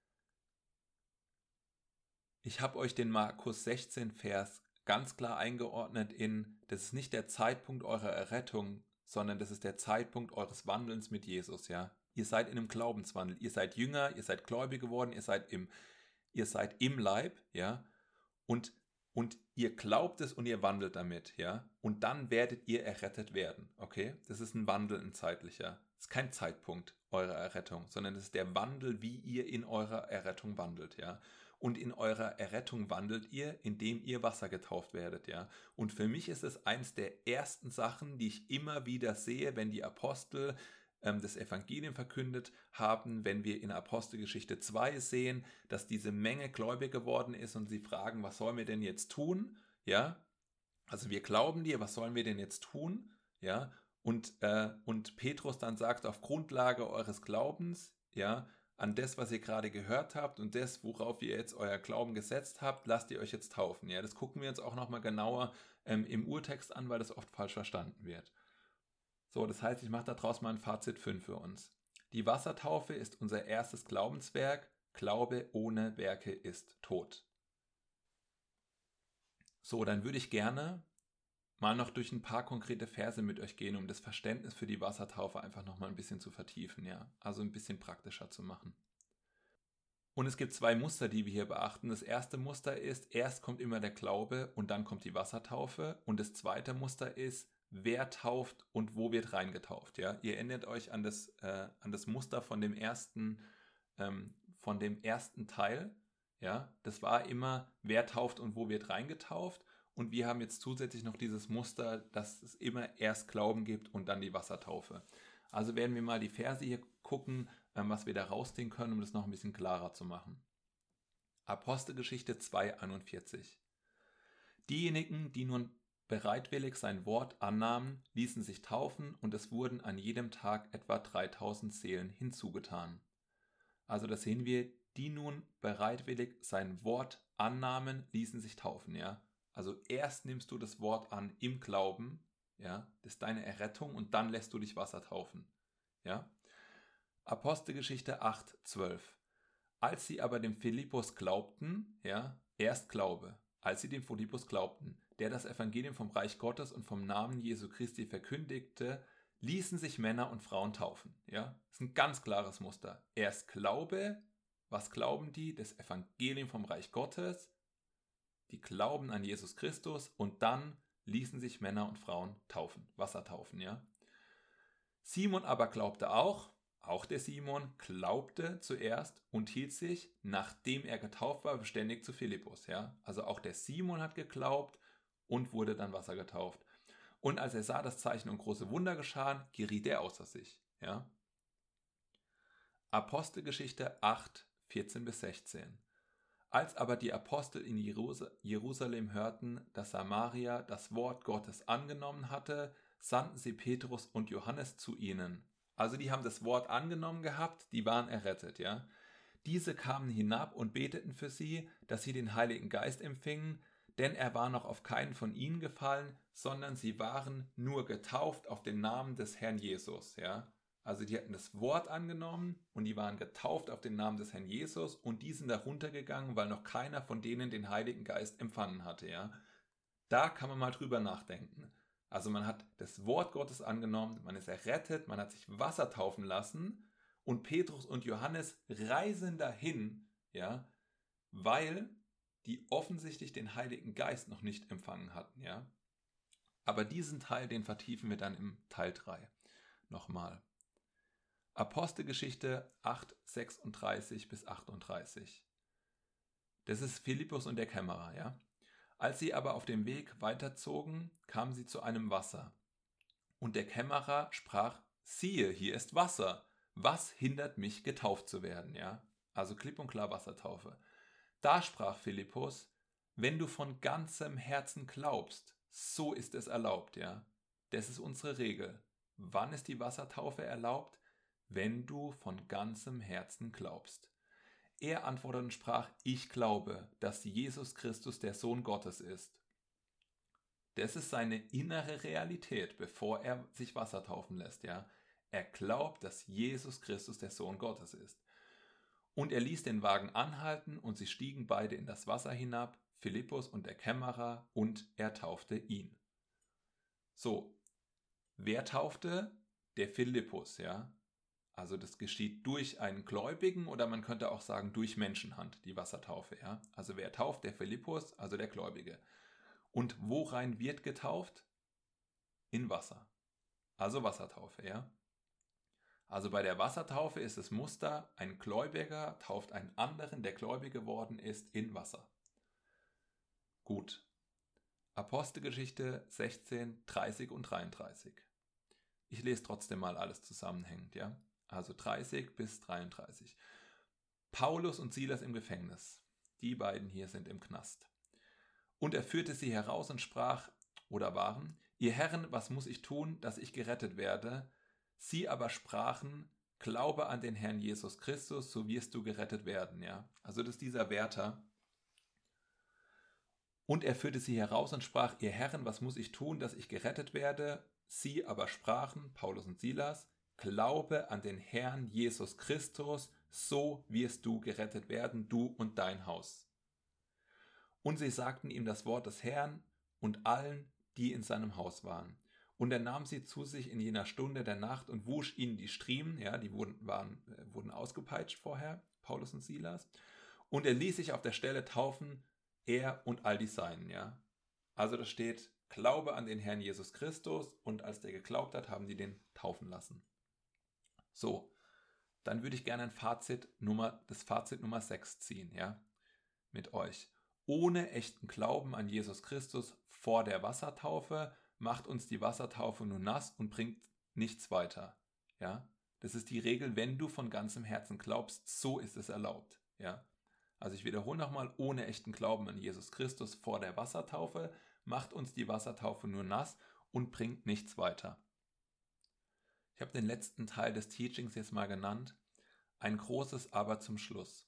Ich habe euch den Markus sechzehn Vers ganz klar eingeordnet in, das ist nicht der Zeitpunkt eurer Errettung, sondern das ist der Zeitpunkt eures Wandelns mit Jesus, ja. Ihr seid in einem Glaubenswandel, ihr seid Jünger, ihr seid gläubig geworden, ihr seid im, ihr seid im Leib, ja, und, und ihr glaubt es und ihr wandelt damit, ja, und dann werdet ihr errettet werden, okay? Das ist ein Wandel, ein zeitlicher. Das ist kein Zeitpunkt eurer Errettung, sondern das ist der Wandel, wie ihr in eurer Errettung wandelt, ja. Und in eurer Errettung wandelt ihr, indem ihr Wasser getauft werdet, ja. Und für mich ist es eins der ersten Sachen, die ich immer wieder sehe, wenn die Apostel ähm, das Evangelium verkündet haben, wenn wir in Apostelgeschichte zwei sehen, dass diese Menge gläubig geworden ist und sie fragen, was sollen wir denn jetzt tun, ja. Also wir glauben dir, was sollen wir denn jetzt tun? Ja, und, äh, und Petrus dann sagt, auf Grundlage eures Glaubens, ja, an das, was ihr gerade gehört habt und das, worauf ihr jetzt euer Glauben gesetzt habt, lasst ihr euch jetzt taufen. Ja, das gucken wir uns auch nochmal genauer ähm, im Urtext an, weil das oft falsch verstanden wird. So, das heißt, ich mache daraus mal ein Fazit fünf für uns. Die Wassertaufe ist unser erstes Glaubenswerk. Glaube ohne Werke ist tot. So, dann würde ich gerne mal noch durch ein paar konkrete Verse mit euch gehen, um das Verständnis für die Wassertaufe einfach nochmal ein bisschen zu vertiefen, ja, also ein bisschen praktischer zu machen. Und es gibt zwei Muster, die wir hier beachten. Das erste Muster ist, erst kommt immer der Glaube und dann kommt die Wassertaufe. Und das zweite Muster ist, wer tauft und wo wird reingetauft. Ja? Ihr erinnert euch an das, äh, an das Muster von dem ersten, ähm, von dem ersten Teil. Ja? Das war immer, wer tauft und wo wird reingetauft. Und wir haben jetzt zusätzlich noch dieses Muster, dass es immer erst Glauben gibt und dann die Wassertaufe. Also werden wir mal die Verse hier gucken, was wir da rausziehen können, um das noch ein bisschen klarer zu machen. Apostelgeschichte zwei einundvierzig. Diejenigen, die nun bereitwillig sein Wort annahmen, ließen sich taufen und es wurden an jedem Tag etwa dreitausend Seelen hinzugetan. Also da sehen wir, die nun bereitwillig sein Wort annahmen, ließen sich taufen, ja. Also erst nimmst du das Wort an im Glauben, ja, das ist deine Errettung und dann lässt du dich Wasser taufen, ja. Apostelgeschichte acht zwölf. Als sie aber dem Philippus glaubten, ja, erst Glaube, als sie dem Philippus glaubten, der das Evangelium vom Reich Gottes und vom Namen Jesu Christi verkündigte, ließen sich Männer und Frauen taufen, ja. Das ist ein ganz klares Muster. Erst Glaube, was glauben die? Das Evangelium vom Reich Gottes. Die glauben an Jesus Christus und dann ließen sich Männer und Frauen taufen, Wasser taufen, ja. Simon aber glaubte auch, auch der Simon glaubte zuerst und hielt sich, nachdem er getauft war, beständig zu Philippus, ja. Also auch der Simon hat geglaubt und wurde dann Wasser getauft. Und als er sah, dass Zeichen und große Wunder geschahen, geriet er außer sich, ja. Apostelgeschichte acht vierzehn bis sechzehn. Als aber die Apostel in Jerusalem hörten, dass Samaria das Wort Gottes angenommen hatte, sandten sie Petrus und Johannes zu ihnen. Also die haben das Wort angenommen gehabt, die waren errettet, ja. Diese kamen hinab und beteten für sie, dass sie den Heiligen Geist empfingen, denn er war noch auf keinen von ihnen gefallen, sondern sie waren nur getauft auf den Namen des Herrn Jesus, ja. Also die hatten das Wort angenommen und die waren getauft auf den Namen des Herrn Jesus und die sind da runtergegangen, weil noch keiner von denen den Heiligen Geist empfangen hatte, ja. Da kann man mal drüber nachdenken. Also man hat das Wort Gottes angenommen, man ist errettet, man hat sich Wasser taufen lassen und Petrus und Johannes reisen dahin, ja, weil die offensichtlich den Heiligen Geist noch nicht empfangen hatten, ja. Aber diesen Teil, den vertiefen wir dann im Teil drei nochmal. Apostelgeschichte acht sechsunddreißig bis achtunddreißig. Das ist Philippus und der Kämmerer, ja. Als sie aber auf dem Weg weiterzogen, kamen sie zu einem Wasser. Und der Kämmerer sprach, siehe, hier ist Wasser. Was hindert mich, getauft zu werden, ja? Also klipp und klar Wassertaufe. Da sprach Philippus, wenn du von ganzem Herzen glaubst, so ist es erlaubt, ja. Das ist unsere Regel. Wann ist die Wassertaufe erlaubt? Wenn du von ganzem Herzen glaubst. Er antwortete und sprach, ich glaube, dass Jesus Christus der Sohn Gottes ist. Das ist seine innere Realität, bevor er sich Wasser taufen lässt, ja. Er glaubt, dass Jesus Christus der Sohn Gottes ist. Und er ließ den Wagen anhalten und sie stiegen beide in das Wasser hinab, Philippus und der Kämmerer, und er taufte ihn. So, wer taufte? Der Philippus, ja. Also das geschieht durch einen Gläubigen oder man könnte auch sagen durch Menschenhand, die Wassertaufe, ja. Also wer tauft? Der Philippus, also der Gläubige. Und worein wird getauft? In Wasser. Also Wassertaufe, ja. Also bei der Wassertaufe ist das Muster, ein Gläubiger tauft einen anderen, der gläubig geworden ist, in Wasser. Gut. Apostelgeschichte sechzehn, dreißig und dreiunddreißig. Ich lese trotzdem mal alles zusammenhängend, ja. Also dreißig bis dreiunddreißig. Paulus und Silas im Gefängnis. Die beiden hier sind im Knast. Und er führte sie heraus und sprach, oder waren: Ihr Herren, was muss ich tun, dass ich gerettet werde? Sie aber sprachen: Glaube an den Herrn Jesus Christus, so wirst du gerettet werden. Ja? Also das ist dieser Wärter. Und er führte sie heraus und sprach: Ihr Herren, was muss ich tun, dass ich gerettet werde? Sie aber sprachen, Paulus und Silas: Glaube an den Herrn Jesus Christus, so wirst du gerettet werden, du und dein Haus. Und sie sagten ihm das Wort des Herrn und allen, die in seinem Haus waren. Und er nahm sie zu sich in jener Stunde der Nacht und wusch ihnen die Striemen, ja, die wurden, waren, wurden ausgepeitscht vorher, Paulus und Silas. Und er ließ sich auf der Stelle taufen, er und all die Seinen, ja. Also da steht: Glaube an den Herrn Jesus Christus, und als der geglaubt hat, haben die den taufen lassen. So, dann würde ich gerne ein Fazit Nummer, das Fazit Nummer sechs ziehen, ja, mit euch. Ohne echten Glauben an Jesus Christus vor der Wassertaufe macht uns die Wassertaufe nur nass und bringt nichts weiter. Ja? Das ist die Regel: Wenn du von ganzem Herzen glaubst, so ist es erlaubt. Ja? Also ich wiederhole nochmal: Ohne echten Glauben an Jesus Christus vor der Wassertaufe macht uns die Wassertaufe nur nass und bringt nichts weiter. Ich habe den letzten Teil des Teachings jetzt mal genannt: Ein großes Aber zum Schluss.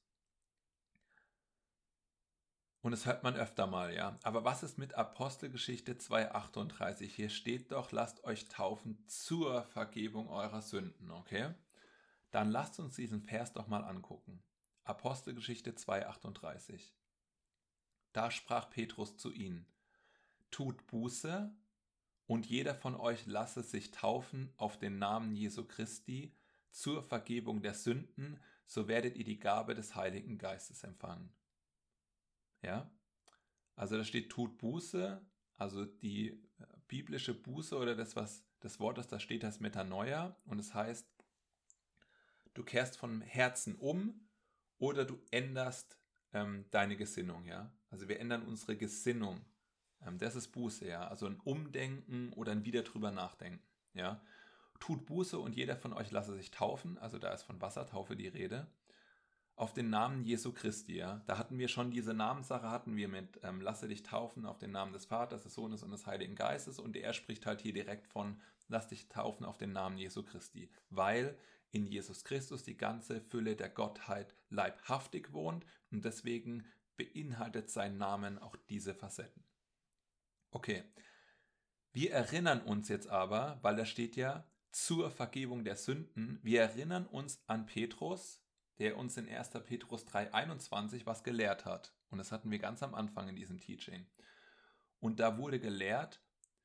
Und das hört man öfter mal, ja. Aber was ist mit Apostelgeschichte zwei achtunddreißig? Hier steht doch: Lasst euch taufen zur Vergebung eurer Sünden, okay? Dann lasst uns diesen Vers doch mal angucken. Apostelgeschichte zwei achtunddreißig. Da sprach Petrus zu ihnen: Tut Buße, und jeder von euch lasse sich taufen auf den Namen Jesu Christi zur Vergebung der Sünden, so werdet ihr die Gabe des Heiligen Geistes empfangen. Ja, also da steht: Tut Buße, also die biblische Buße oder das, was das Wort, das da steht, heißt Metanoia, und es heißt, du kehrst von Herzen um oder du änderst ähm, deine Gesinnung, ja. Also wir ändern unsere Gesinnung. Ähm, das ist Buße, ja. Also ein Umdenken oder ein wieder drüber nachdenken, ja. Tut Buße und jeder von euch lasse sich taufen, also da ist von Wassertaufe die Rede, auf den Namen Jesu Christi, ja. Da hatten wir schon diese Namenssache, hatten wir mit ähm, lasse dich taufen auf den Namen des Vaters, des Sohnes und des Heiligen Geistes, und er spricht halt hier direkt von lass dich taufen auf den Namen Jesu Christi, weil in Jesus Christus die ganze Fülle der Gottheit leibhaftig wohnt, und deswegen beinhaltet sein Namen auch diese Facetten. Okay, wir erinnern uns jetzt aber, weil da steht ja zur Vergebung der Sünden, wir erinnern uns an Petrus, der uns in erster Petrus drei einundzwanzig was gelehrt hat. Und das hatten wir ganz am Anfang in diesem Teaching. Und da wurde gelehrt,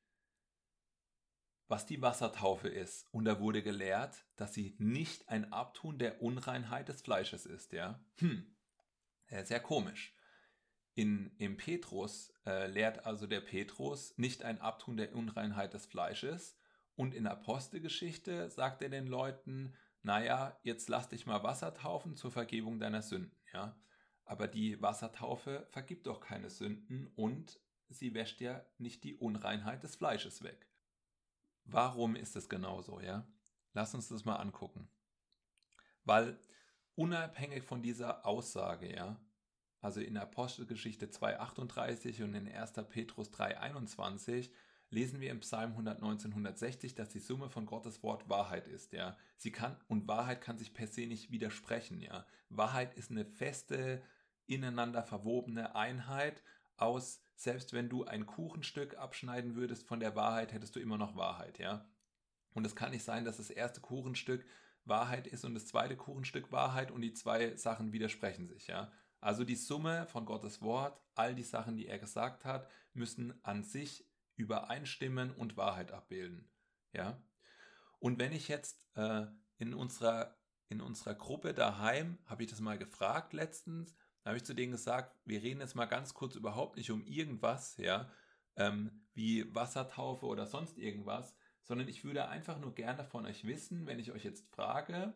was die Wassertaufe ist. Und da wurde gelehrt, dass sie nicht ein Abtun der Unreinheit des Fleisches ist. Ja? Hm, sehr komisch. In, Im Petrus äh, lehrt also der Petrus nicht ein Abtun der Unreinheit des Fleisches. Und in Apostelgeschichte sagt er den Leuten: Naja, jetzt lass dich mal Wasser taufen zur Vergebung deiner Sünden. Ja? Aber die Wassertaufe vergibt doch keine Sünden und sie wäscht ja nicht die Unreinheit des Fleisches weg. Warum ist es genauso? Ja? Lass uns das mal angucken. Weil unabhängig von dieser Aussage, ja, also in Apostelgeschichte zwei achtunddreißig und in erster Petrus drei einundzwanzig, lesen wir im Psalm hundertneunzehn, hundertsechzig, dass die Summe von Gottes Wort Wahrheit ist, ja. Sie kann, und Wahrheit kann sich per se nicht widersprechen, ja. Wahrheit ist eine feste, ineinander verwobene Einheit aus, selbst wenn du ein Kuchenstück abschneiden würdest von der Wahrheit, hättest du immer noch Wahrheit, ja. Und es kann nicht sein, dass das erste Kuchenstück Wahrheit ist und das zweite Kuchenstück Wahrheit und die zwei Sachen widersprechen sich, ja. Also die Summe von Gottes Wort, all die Sachen, die er gesagt hat, müssen an sich übereinstimmen und Wahrheit abbilden. Ja? Und wenn ich jetzt äh, in, unserer, in unserer Gruppe daheim, habe ich das mal gefragt letztens, da habe ich zu denen gesagt, wir reden jetzt mal ganz kurz überhaupt nicht um irgendwas, ja, ähm, wie Wassertaufe oder sonst irgendwas, sondern ich würde einfach nur gerne von euch wissen, wenn ich euch jetzt frage,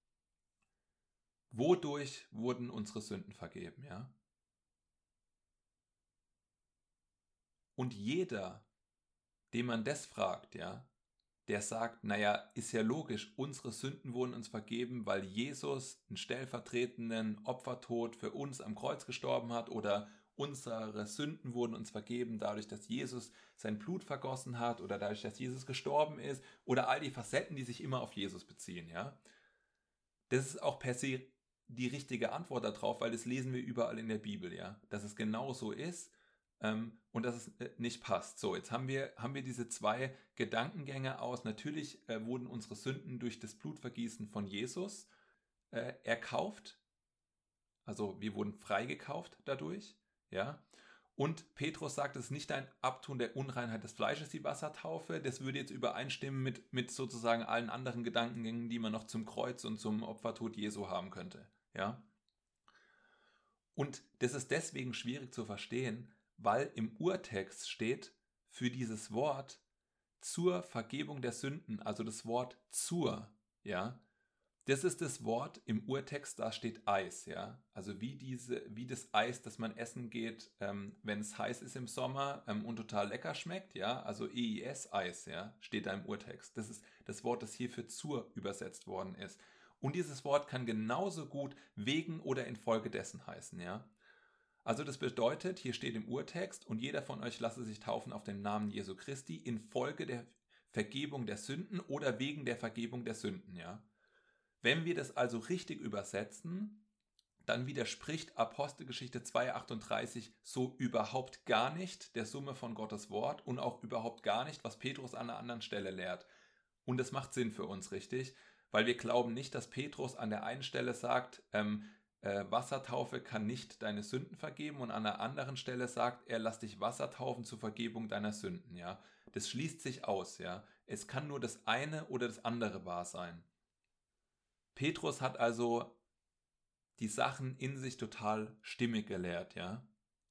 wodurch wurden unsere Sünden vergeben, ja? Und jeder, den man das fragt, ja, der sagt, naja, ist ja logisch, unsere Sünden wurden uns vergeben, weil Jesus einen stellvertretenden Opfertod für uns am Kreuz gestorben hat, oder unsere Sünden wurden uns vergeben dadurch, dass Jesus sein Blut vergossen hat oder dadurch, dass Jesus gestorben ist oder all die Facetten, die sich immer auf Jesus beziehen, ja. Das ist auch per se die richtige Antwort darauf, weil das lesen wir überall in der Bibel, ja, dass es genau so ist ähm, und dass es äh, nicht passt. So, jetzt haben wir, haben wir diese zwei Gedankengänge aus. Natürlich äh, wurden unsere Sünden durch das Blutvergießen von Jesus äh, erkauft, also wir wurden freigekauft dadurch, ja. Und Petrus sagt, es ist nicht ein Abtun der Unreinheit des Fleisches, die Wassertaufe. Das würde jetzt übereinstimmen mit, mit sozusagen allen anderen Gedankengängen, die man noch zum Kreuz und zum Opfertod Jesu haben könnte. Ja? Und das ist deswegen schwierig zu verstehen, weil im Urtext steht für dieses Wort zur Vergebung der Sünden, also das Wort zur, ja. Das ist das Wort im Urtext, da steht Eis, ja. Also wie diese, wie das Eis, das man essen geht, ähm, wenn es heiß ist im Sommer ähm, und total lecker schmeckt, ja. Also E I S, Eis, ja, steht da im Urtext. Das ist das Wort, das hier für zur übersetzt worden ist. Und dieses Wort kann genauso gut wegen oder infolgedessen heißen, ja. Also das bedeutet, hier steht im Urtext, und jeder von euch lasse sich taufen auf den Namen Jesu Christi infolge der Vergebung der Sünden oder wegen der Vergebung der Sünden, ja. Wenn wir das also richtig übersetzen, dann widerspricht Apostelgeschichte zwei achtunddreißig so überhaupt gar nicht der Summe von Gottes Wort und auch überhaupt gar nicht, was Petrus an einer anderen Stelle lehrt. Und das macht Sinn für uns, richtig? Weil wir glauben nicht, dass Petrus an der einen Stelle sagt, ähm, äh, Wassertaufe kann nicht deine Sünden vergeben, und an der anderen Stelle sagt, er lass dich Wasser taufen zur Vergebung deiner Sünden, ja. Das schließt sich aus, ja. Es kann nur das eine oder das andere wahr sein. Petrus hat also die Sachen in sich total stimmig gelehrt, ja.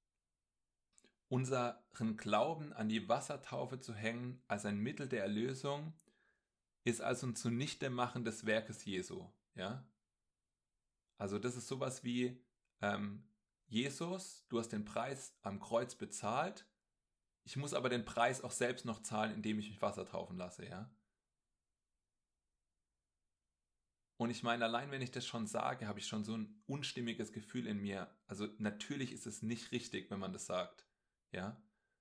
Unseren Glauben an die Wassertaufe zu hängen als ein Mittel der Erlösung ist also ein Zunichtemachen des Werkes Jesu, ja. Also das ist sowas wie, ähm, Jesus, du hast den Preis am Kreuz bezahlt, ich muss aber den Preis auch selbst noch zahlen, indem ich mich Wasser taufen lasse, ja. Und ich meine, allein wenn ich das schon sage, habe ich schon so ein unstimmiges Gefühl in mir. Also natürlich ist es nicht richtig, wenn man das sagt, ja.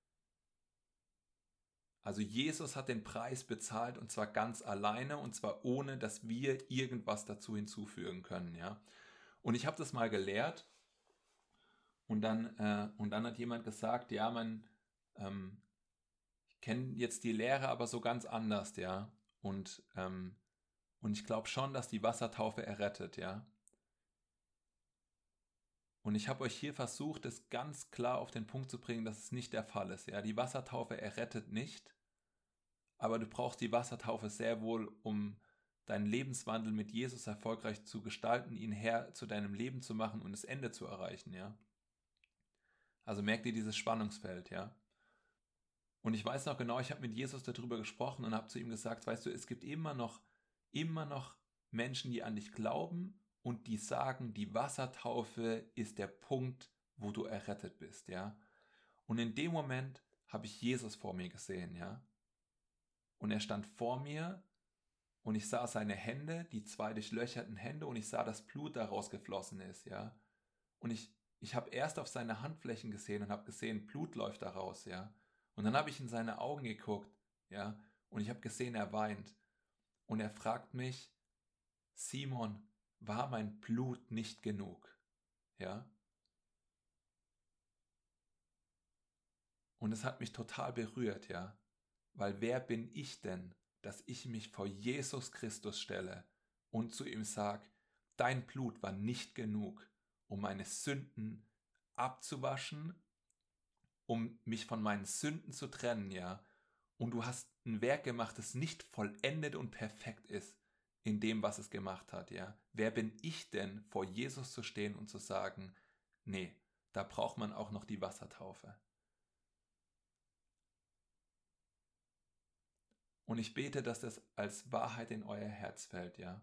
Also Jesus hat den Preis bezahlt, und zwar ganz alleine, und zwar ohne, dass wir irgendwas dazu hinzufügen können, ja. Und ich habe das mal gelehrt, und dann, äh, und dann hat jemand gesagt, ja, man, ähm, ich kenne jetzt die Lehre aber so ganz anders, ja. Und, ähm, und ich glaube schon, dass die Wassertaufe errettet, ja. Und ich habe euch hier versucht, es ganz klar auf den Punkt zu bringen, dass es nicht der Fall ist, ja. Die Wassertaufe errettet nicht, aber du brauchst die Wassertaufe sehr wohl, um deinen Lebenswandel mit Jesus erfolgreich zu gestalten, ihn Herr zu deinem Leben zu machen und das Ende zu erreichen, ja. Also merkt ihr dieses Spannungsfeld, ja. Und ich weiß noch genau, ich habe mit Jesus darüber gesprochen und habe zu ihm gesagt, weißt du, es gibt immer noch, immer noch Menschen, die an dich glauben und die sagen, die Wassertaufe ist der Punkt, wo du errettet bist, ja. Und in dem Moment habe ich Jesus vor mir gesehen, ja. Und er stand vor mir und ich sah seine Hände, die zwei durchlöcherten Hände, und ich sah, dass Blut daraus geflossen ist, ja. Und ich, ich habe erst auf seine Handflächen gesehen und habe gesehen, Blut läuft daraus, ja. Und dann habe ich in seine Augen geguckt, ja, und ich habe gesehen, er weint. Und er fragt mich, Simon, war mein Blut nicht genug? Ja. Und es hat mich total berührt, ja. Weil wer bin ich denn, dass ich mich vor Jesus Christus stelle und zu ihm sage, dein Blut war nicht genug, um meine Sünden abzuwaschen, um mich von meinen Sünden zu trennen, ja. Und du hast ein Werk gemacht, das nicht vollendet und perfekt ist in dem, was es gemacht hat, ja. Wer bin ich denn, vor Jesus zu stehen und zu sagen, nee, da braucht man auch noch die Wassertaufe. Und ich bete, dass das als Wahrheit in euer Herz fällt, ja.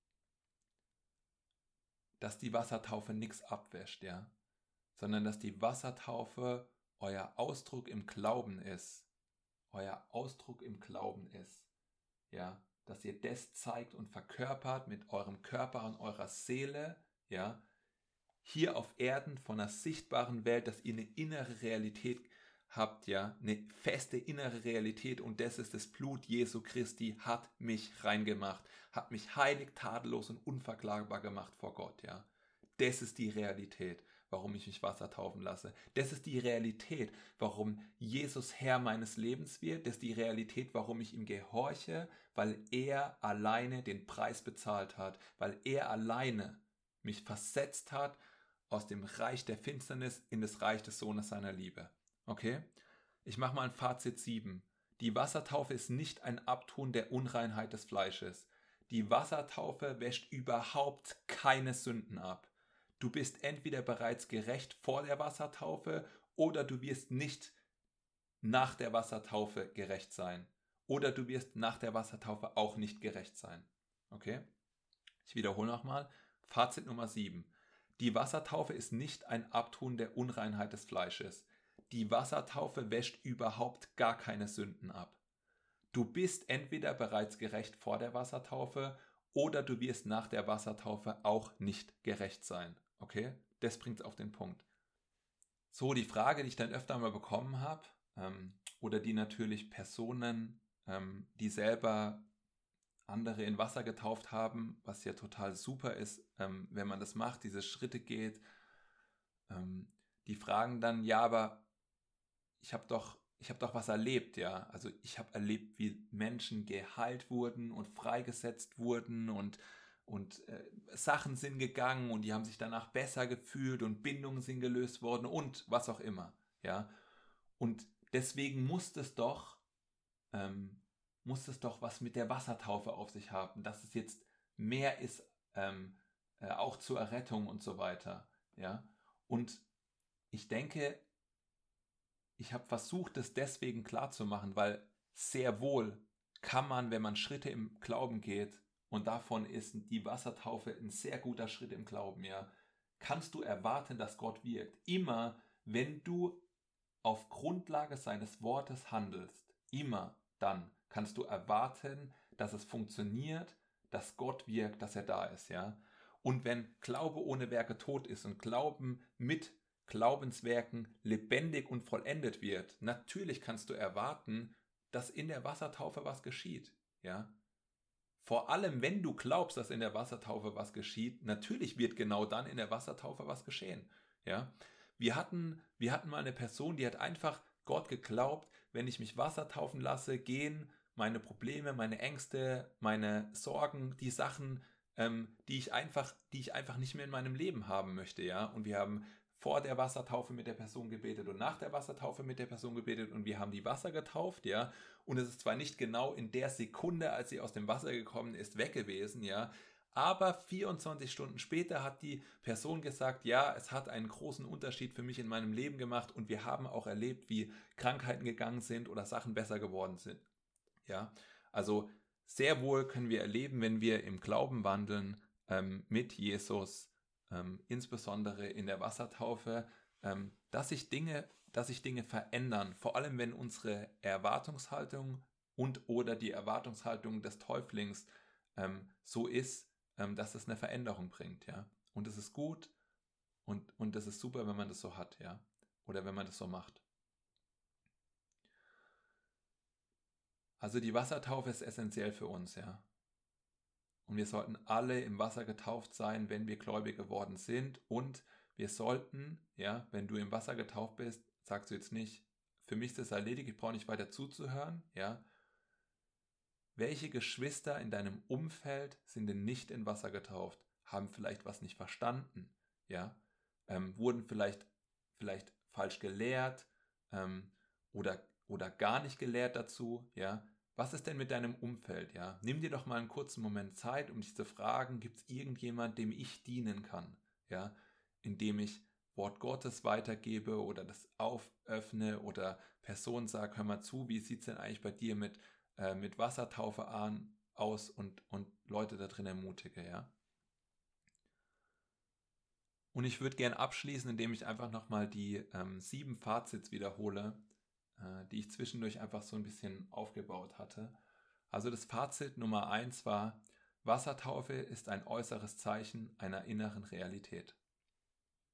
Dass die Wassertaufe nichts abwäscht, ja. Sondern dass die Wassertaufe euer Ausdruck im Glauben ist. Euer Ausdruck im Glauben ist, ja. Dass ihr das zeigt und verkörpert mit eurem Körper und eurer Seele, ja. hier auf Erden von einer sichtbaren Welt, dass ihr eine innere Realität habt, ja, eine feste innere Realität, und das ist das Blut Jesu Christi, hat mich reingemacht, hat mich heilig, tadellos und unverklagbar gemacht vor Gott, ja. Das ist die Realität, warum ich mich Wasser taufen lasse. Das ist die Realität, warum Jesus Herr meines Lebens wird. Das ist die Realität, warum ich ihm gehorche, weil er alleine den Preis bezahlt hat, weil er alleine mich versetzt hat aus dem Reich der Finsternis in das Reich des Sohnes seiner Liebe. Okay? Ich mache mal ein Fazit sieben. Die Wassertaufe ist nicht ein Abtun der Unreinheit des Fleisches. Die Wassertaufe wäscht überhaupt keine Sünden ab. Du bist entweder bereits gerecht vor der Wassertaufe oder du wirst nicht nach der Wassertaufe gerecht sein. Oder du wirst nach der Wassertaufe auch nicht gerecht sein. Okay? Ich wiederhole nochmal. Fazit Nummer sieben. Die Wassertaufe ist nicht ein Abtun der Unreinheit des Fleisches. Die Wassertaufe wäscht überhaupt gar keine Sünden ab. Du bist entweder bereits gerecht vor der Wassertaufe oder du wirst nach der Wassertaufe auch nicht gerecht sein. Okay? Das bringt es auf den Punkt. So, die Frage, die ich dann öfter mal bekommen habe, ähm, oder die natürlich Personen, ähm, die selber andere in Wasser getauft haben, was ja total super ist, ähm, wenn man das macht, diese Schritte geht, ähm, die fragen dann, ja, aber ich habe doch, ich habe doch was erlebt, ja. Also ich habe erlebt, wie Menschen geheilt wurden und freigesetzt wurden und, und äh, Sachen sind gegangen und die haben sich danach besser gefühlt und Bindungen sind gelöst worden und was auch immer, ja. Und deswegen muss es doch, ähm, muss es doch was mit der Wassertaufe auf sich haben, dass es jetzt mehr ist, ähm, äh, auch zur Errettung und so weiter, ja. Und ich denke, ich habe versucht, es deswegen klar zu machen, weil sehr wohl kann man, wenn man Schritte im Glauben geht, und davon ist die Wassertaufe ein sehr guter Schritt im Glauben, ja, kannst du erwarten, dass Gott wirkt. Immer, wenn du auf Grundlage seines Wortes handelst, immer dann kannst du erwarten, dass es funktioniert, dass Gott wirkt, dass er da ist, ja. Und wenn Glaube ohne Werke tot ist und Glauben mit Glaubenswerken lebendig und vollendet wird, natürlich kannst du erwarten, dass in der Wassertaufe was geschieht, ja. Vor allem, wenn du glaubst, dass in der Wassertaufe was geschieht, natürlich wird genau dann in der Wassertaufe was geschehen, ja. Wir hatten, wir hatten mal eine Person, die hat einfach Gott geglaubt, wenn ich mich Wasser taufen lasse, gehen meine Probleme, meine Ängste, meine Sorgen, die Sachen, ähm, die ich einfach, die ich einfach nicht mehr in meinem Leben haben möchte, ja. Und wir haben vor der Wassertaufe mit der Person gebetet und nach der Wassertaufe mit der Person gebetet und wir haben die Wasser getauft, ja. Und es ist zwar nicht genau in der Sekunde, als sie aus dem Wasser gekommen ist, weg gewesen, ja. Aber vierundzwanzig Stunden später hat die Person gesagt, ja, es hat einen großen Unterschied für mich in meinem Leben gemacht und wir haben auch erlebt, wie Krankheiten gegangen sind oder Sachen besser geworden sind. Ja, also sehr wohl können wir erleben, wenn wir im Glauben wandeln, ähm, mit Jesus, ähm, insbesondere in der Wassertaufe, ähm, dass sich Dinge, dass sich Dinge verändern, vor allem wenn unsere Erwartungshaltung und oder die Erwartungshaltung des Täuflings ähm, so ist, ähm, dass es eine Veränderung bringt, ja. Und es ist gut und, und es ist super, wenn man das so hat, ja. Oder wenn man das so macht. Also die Wassertaufe ist essentiell für uns, ja. Und wir sollten alle im Wasser getauft sein, wenn wir gläubig geworden sind. Und wir sollten, ja, wenn du im Wasser getauft bist, sagst du jetzt nicht, für mich ist das erledigt, ich brauche nicht weiter zuzuhören, ja. Welche Geschwister in deinem Umfeld sind denn nicht in Wasser getauft, haben vielleicht was nicht verstanden, ja, ähm, wurden vielleicht, vielleicht falsch gelehrt ähm, oder, oder gar nicht gelehrt dazu, ja. Was ist denn mit deinem Umfeld, ja? Nimm dir doch mal einen kurzen Moment Zeit, um dich zu fragen, gibt es irgendjemand, dem ich dienen kann, ja, indem ich Wort Gottes weitergebe oder das auföffne oder Person sagt, hör mal zu, wie sieht es denn eigentlich bei dir mit mit Wassertaufe an, aus und, und Leute da drin ermutige, ja. Und ich würde gerne abschließen, indem ich einfach nochmal die ähm, sieben Fazits wiederhole, äh, die ich zwischendurch einfach so ein bisschen aufgebaut hatte. Also das Fazit Nummer eins war, Wassertaufe ist ein äußeres Zeichen einer inneren Realität.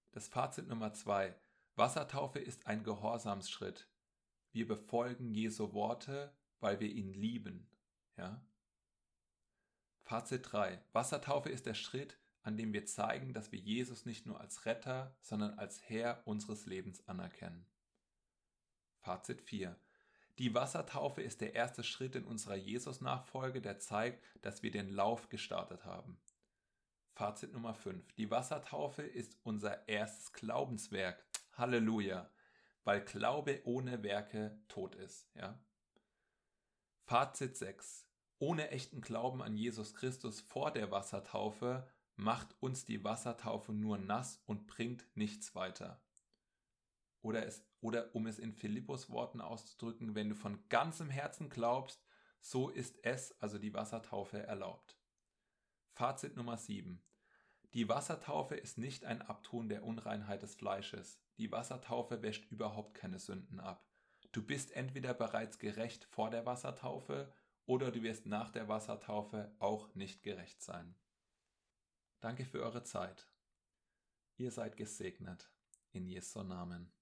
Das Fazit Nummer zwei. Wassertaufe ist ein Gehorsamsschritt. Wir befolgen Jesu Worte, weil wir ihn lieben. Ja? Fazit drei. Wassertaufe ist der Schritt, an dem wir zeigen, dass wir Jesus nicht nur als Retter, sondern als Herr unseres Lebens anerkennen. Fazit vier. Die Wassertaufe ist der erste Schritt in unserer Jesus-Nachfolge, der zeigt, dass wir den Lauf gestartet haben. Fazit Nummer fünf. Die Wassertaufe ist unser erstes Glaubenswerk. Halleluja! Weil Glaube ohne Werke tot ist. Ja? Fazit sechs. Ohne echten Glauben an Jesus Christus vor der Wassertaufe macht uns die Wassertaufe nur nass und bringt nichts weiter. Oder, es, oder um es in Philippus Worten auszudrücken, wenn du von ganzem Herzen glaubst, so ist es, also die Wassertaufe, erlaubt. Fazit Nummer sieben. Die Wassertaufe ist nicht ein Abtun der Unreinheit des Fleisches. Die Wassertaufe wäscht überhaupt keine Sünden ab. Du bist entweder bereits gerecht vor der Wassertaufe oder du wirst nach der Wassertaufe auch nicht gerecht sein. Danke für eure Zeit. Ihr seid gesegnet. In Jesu Namen.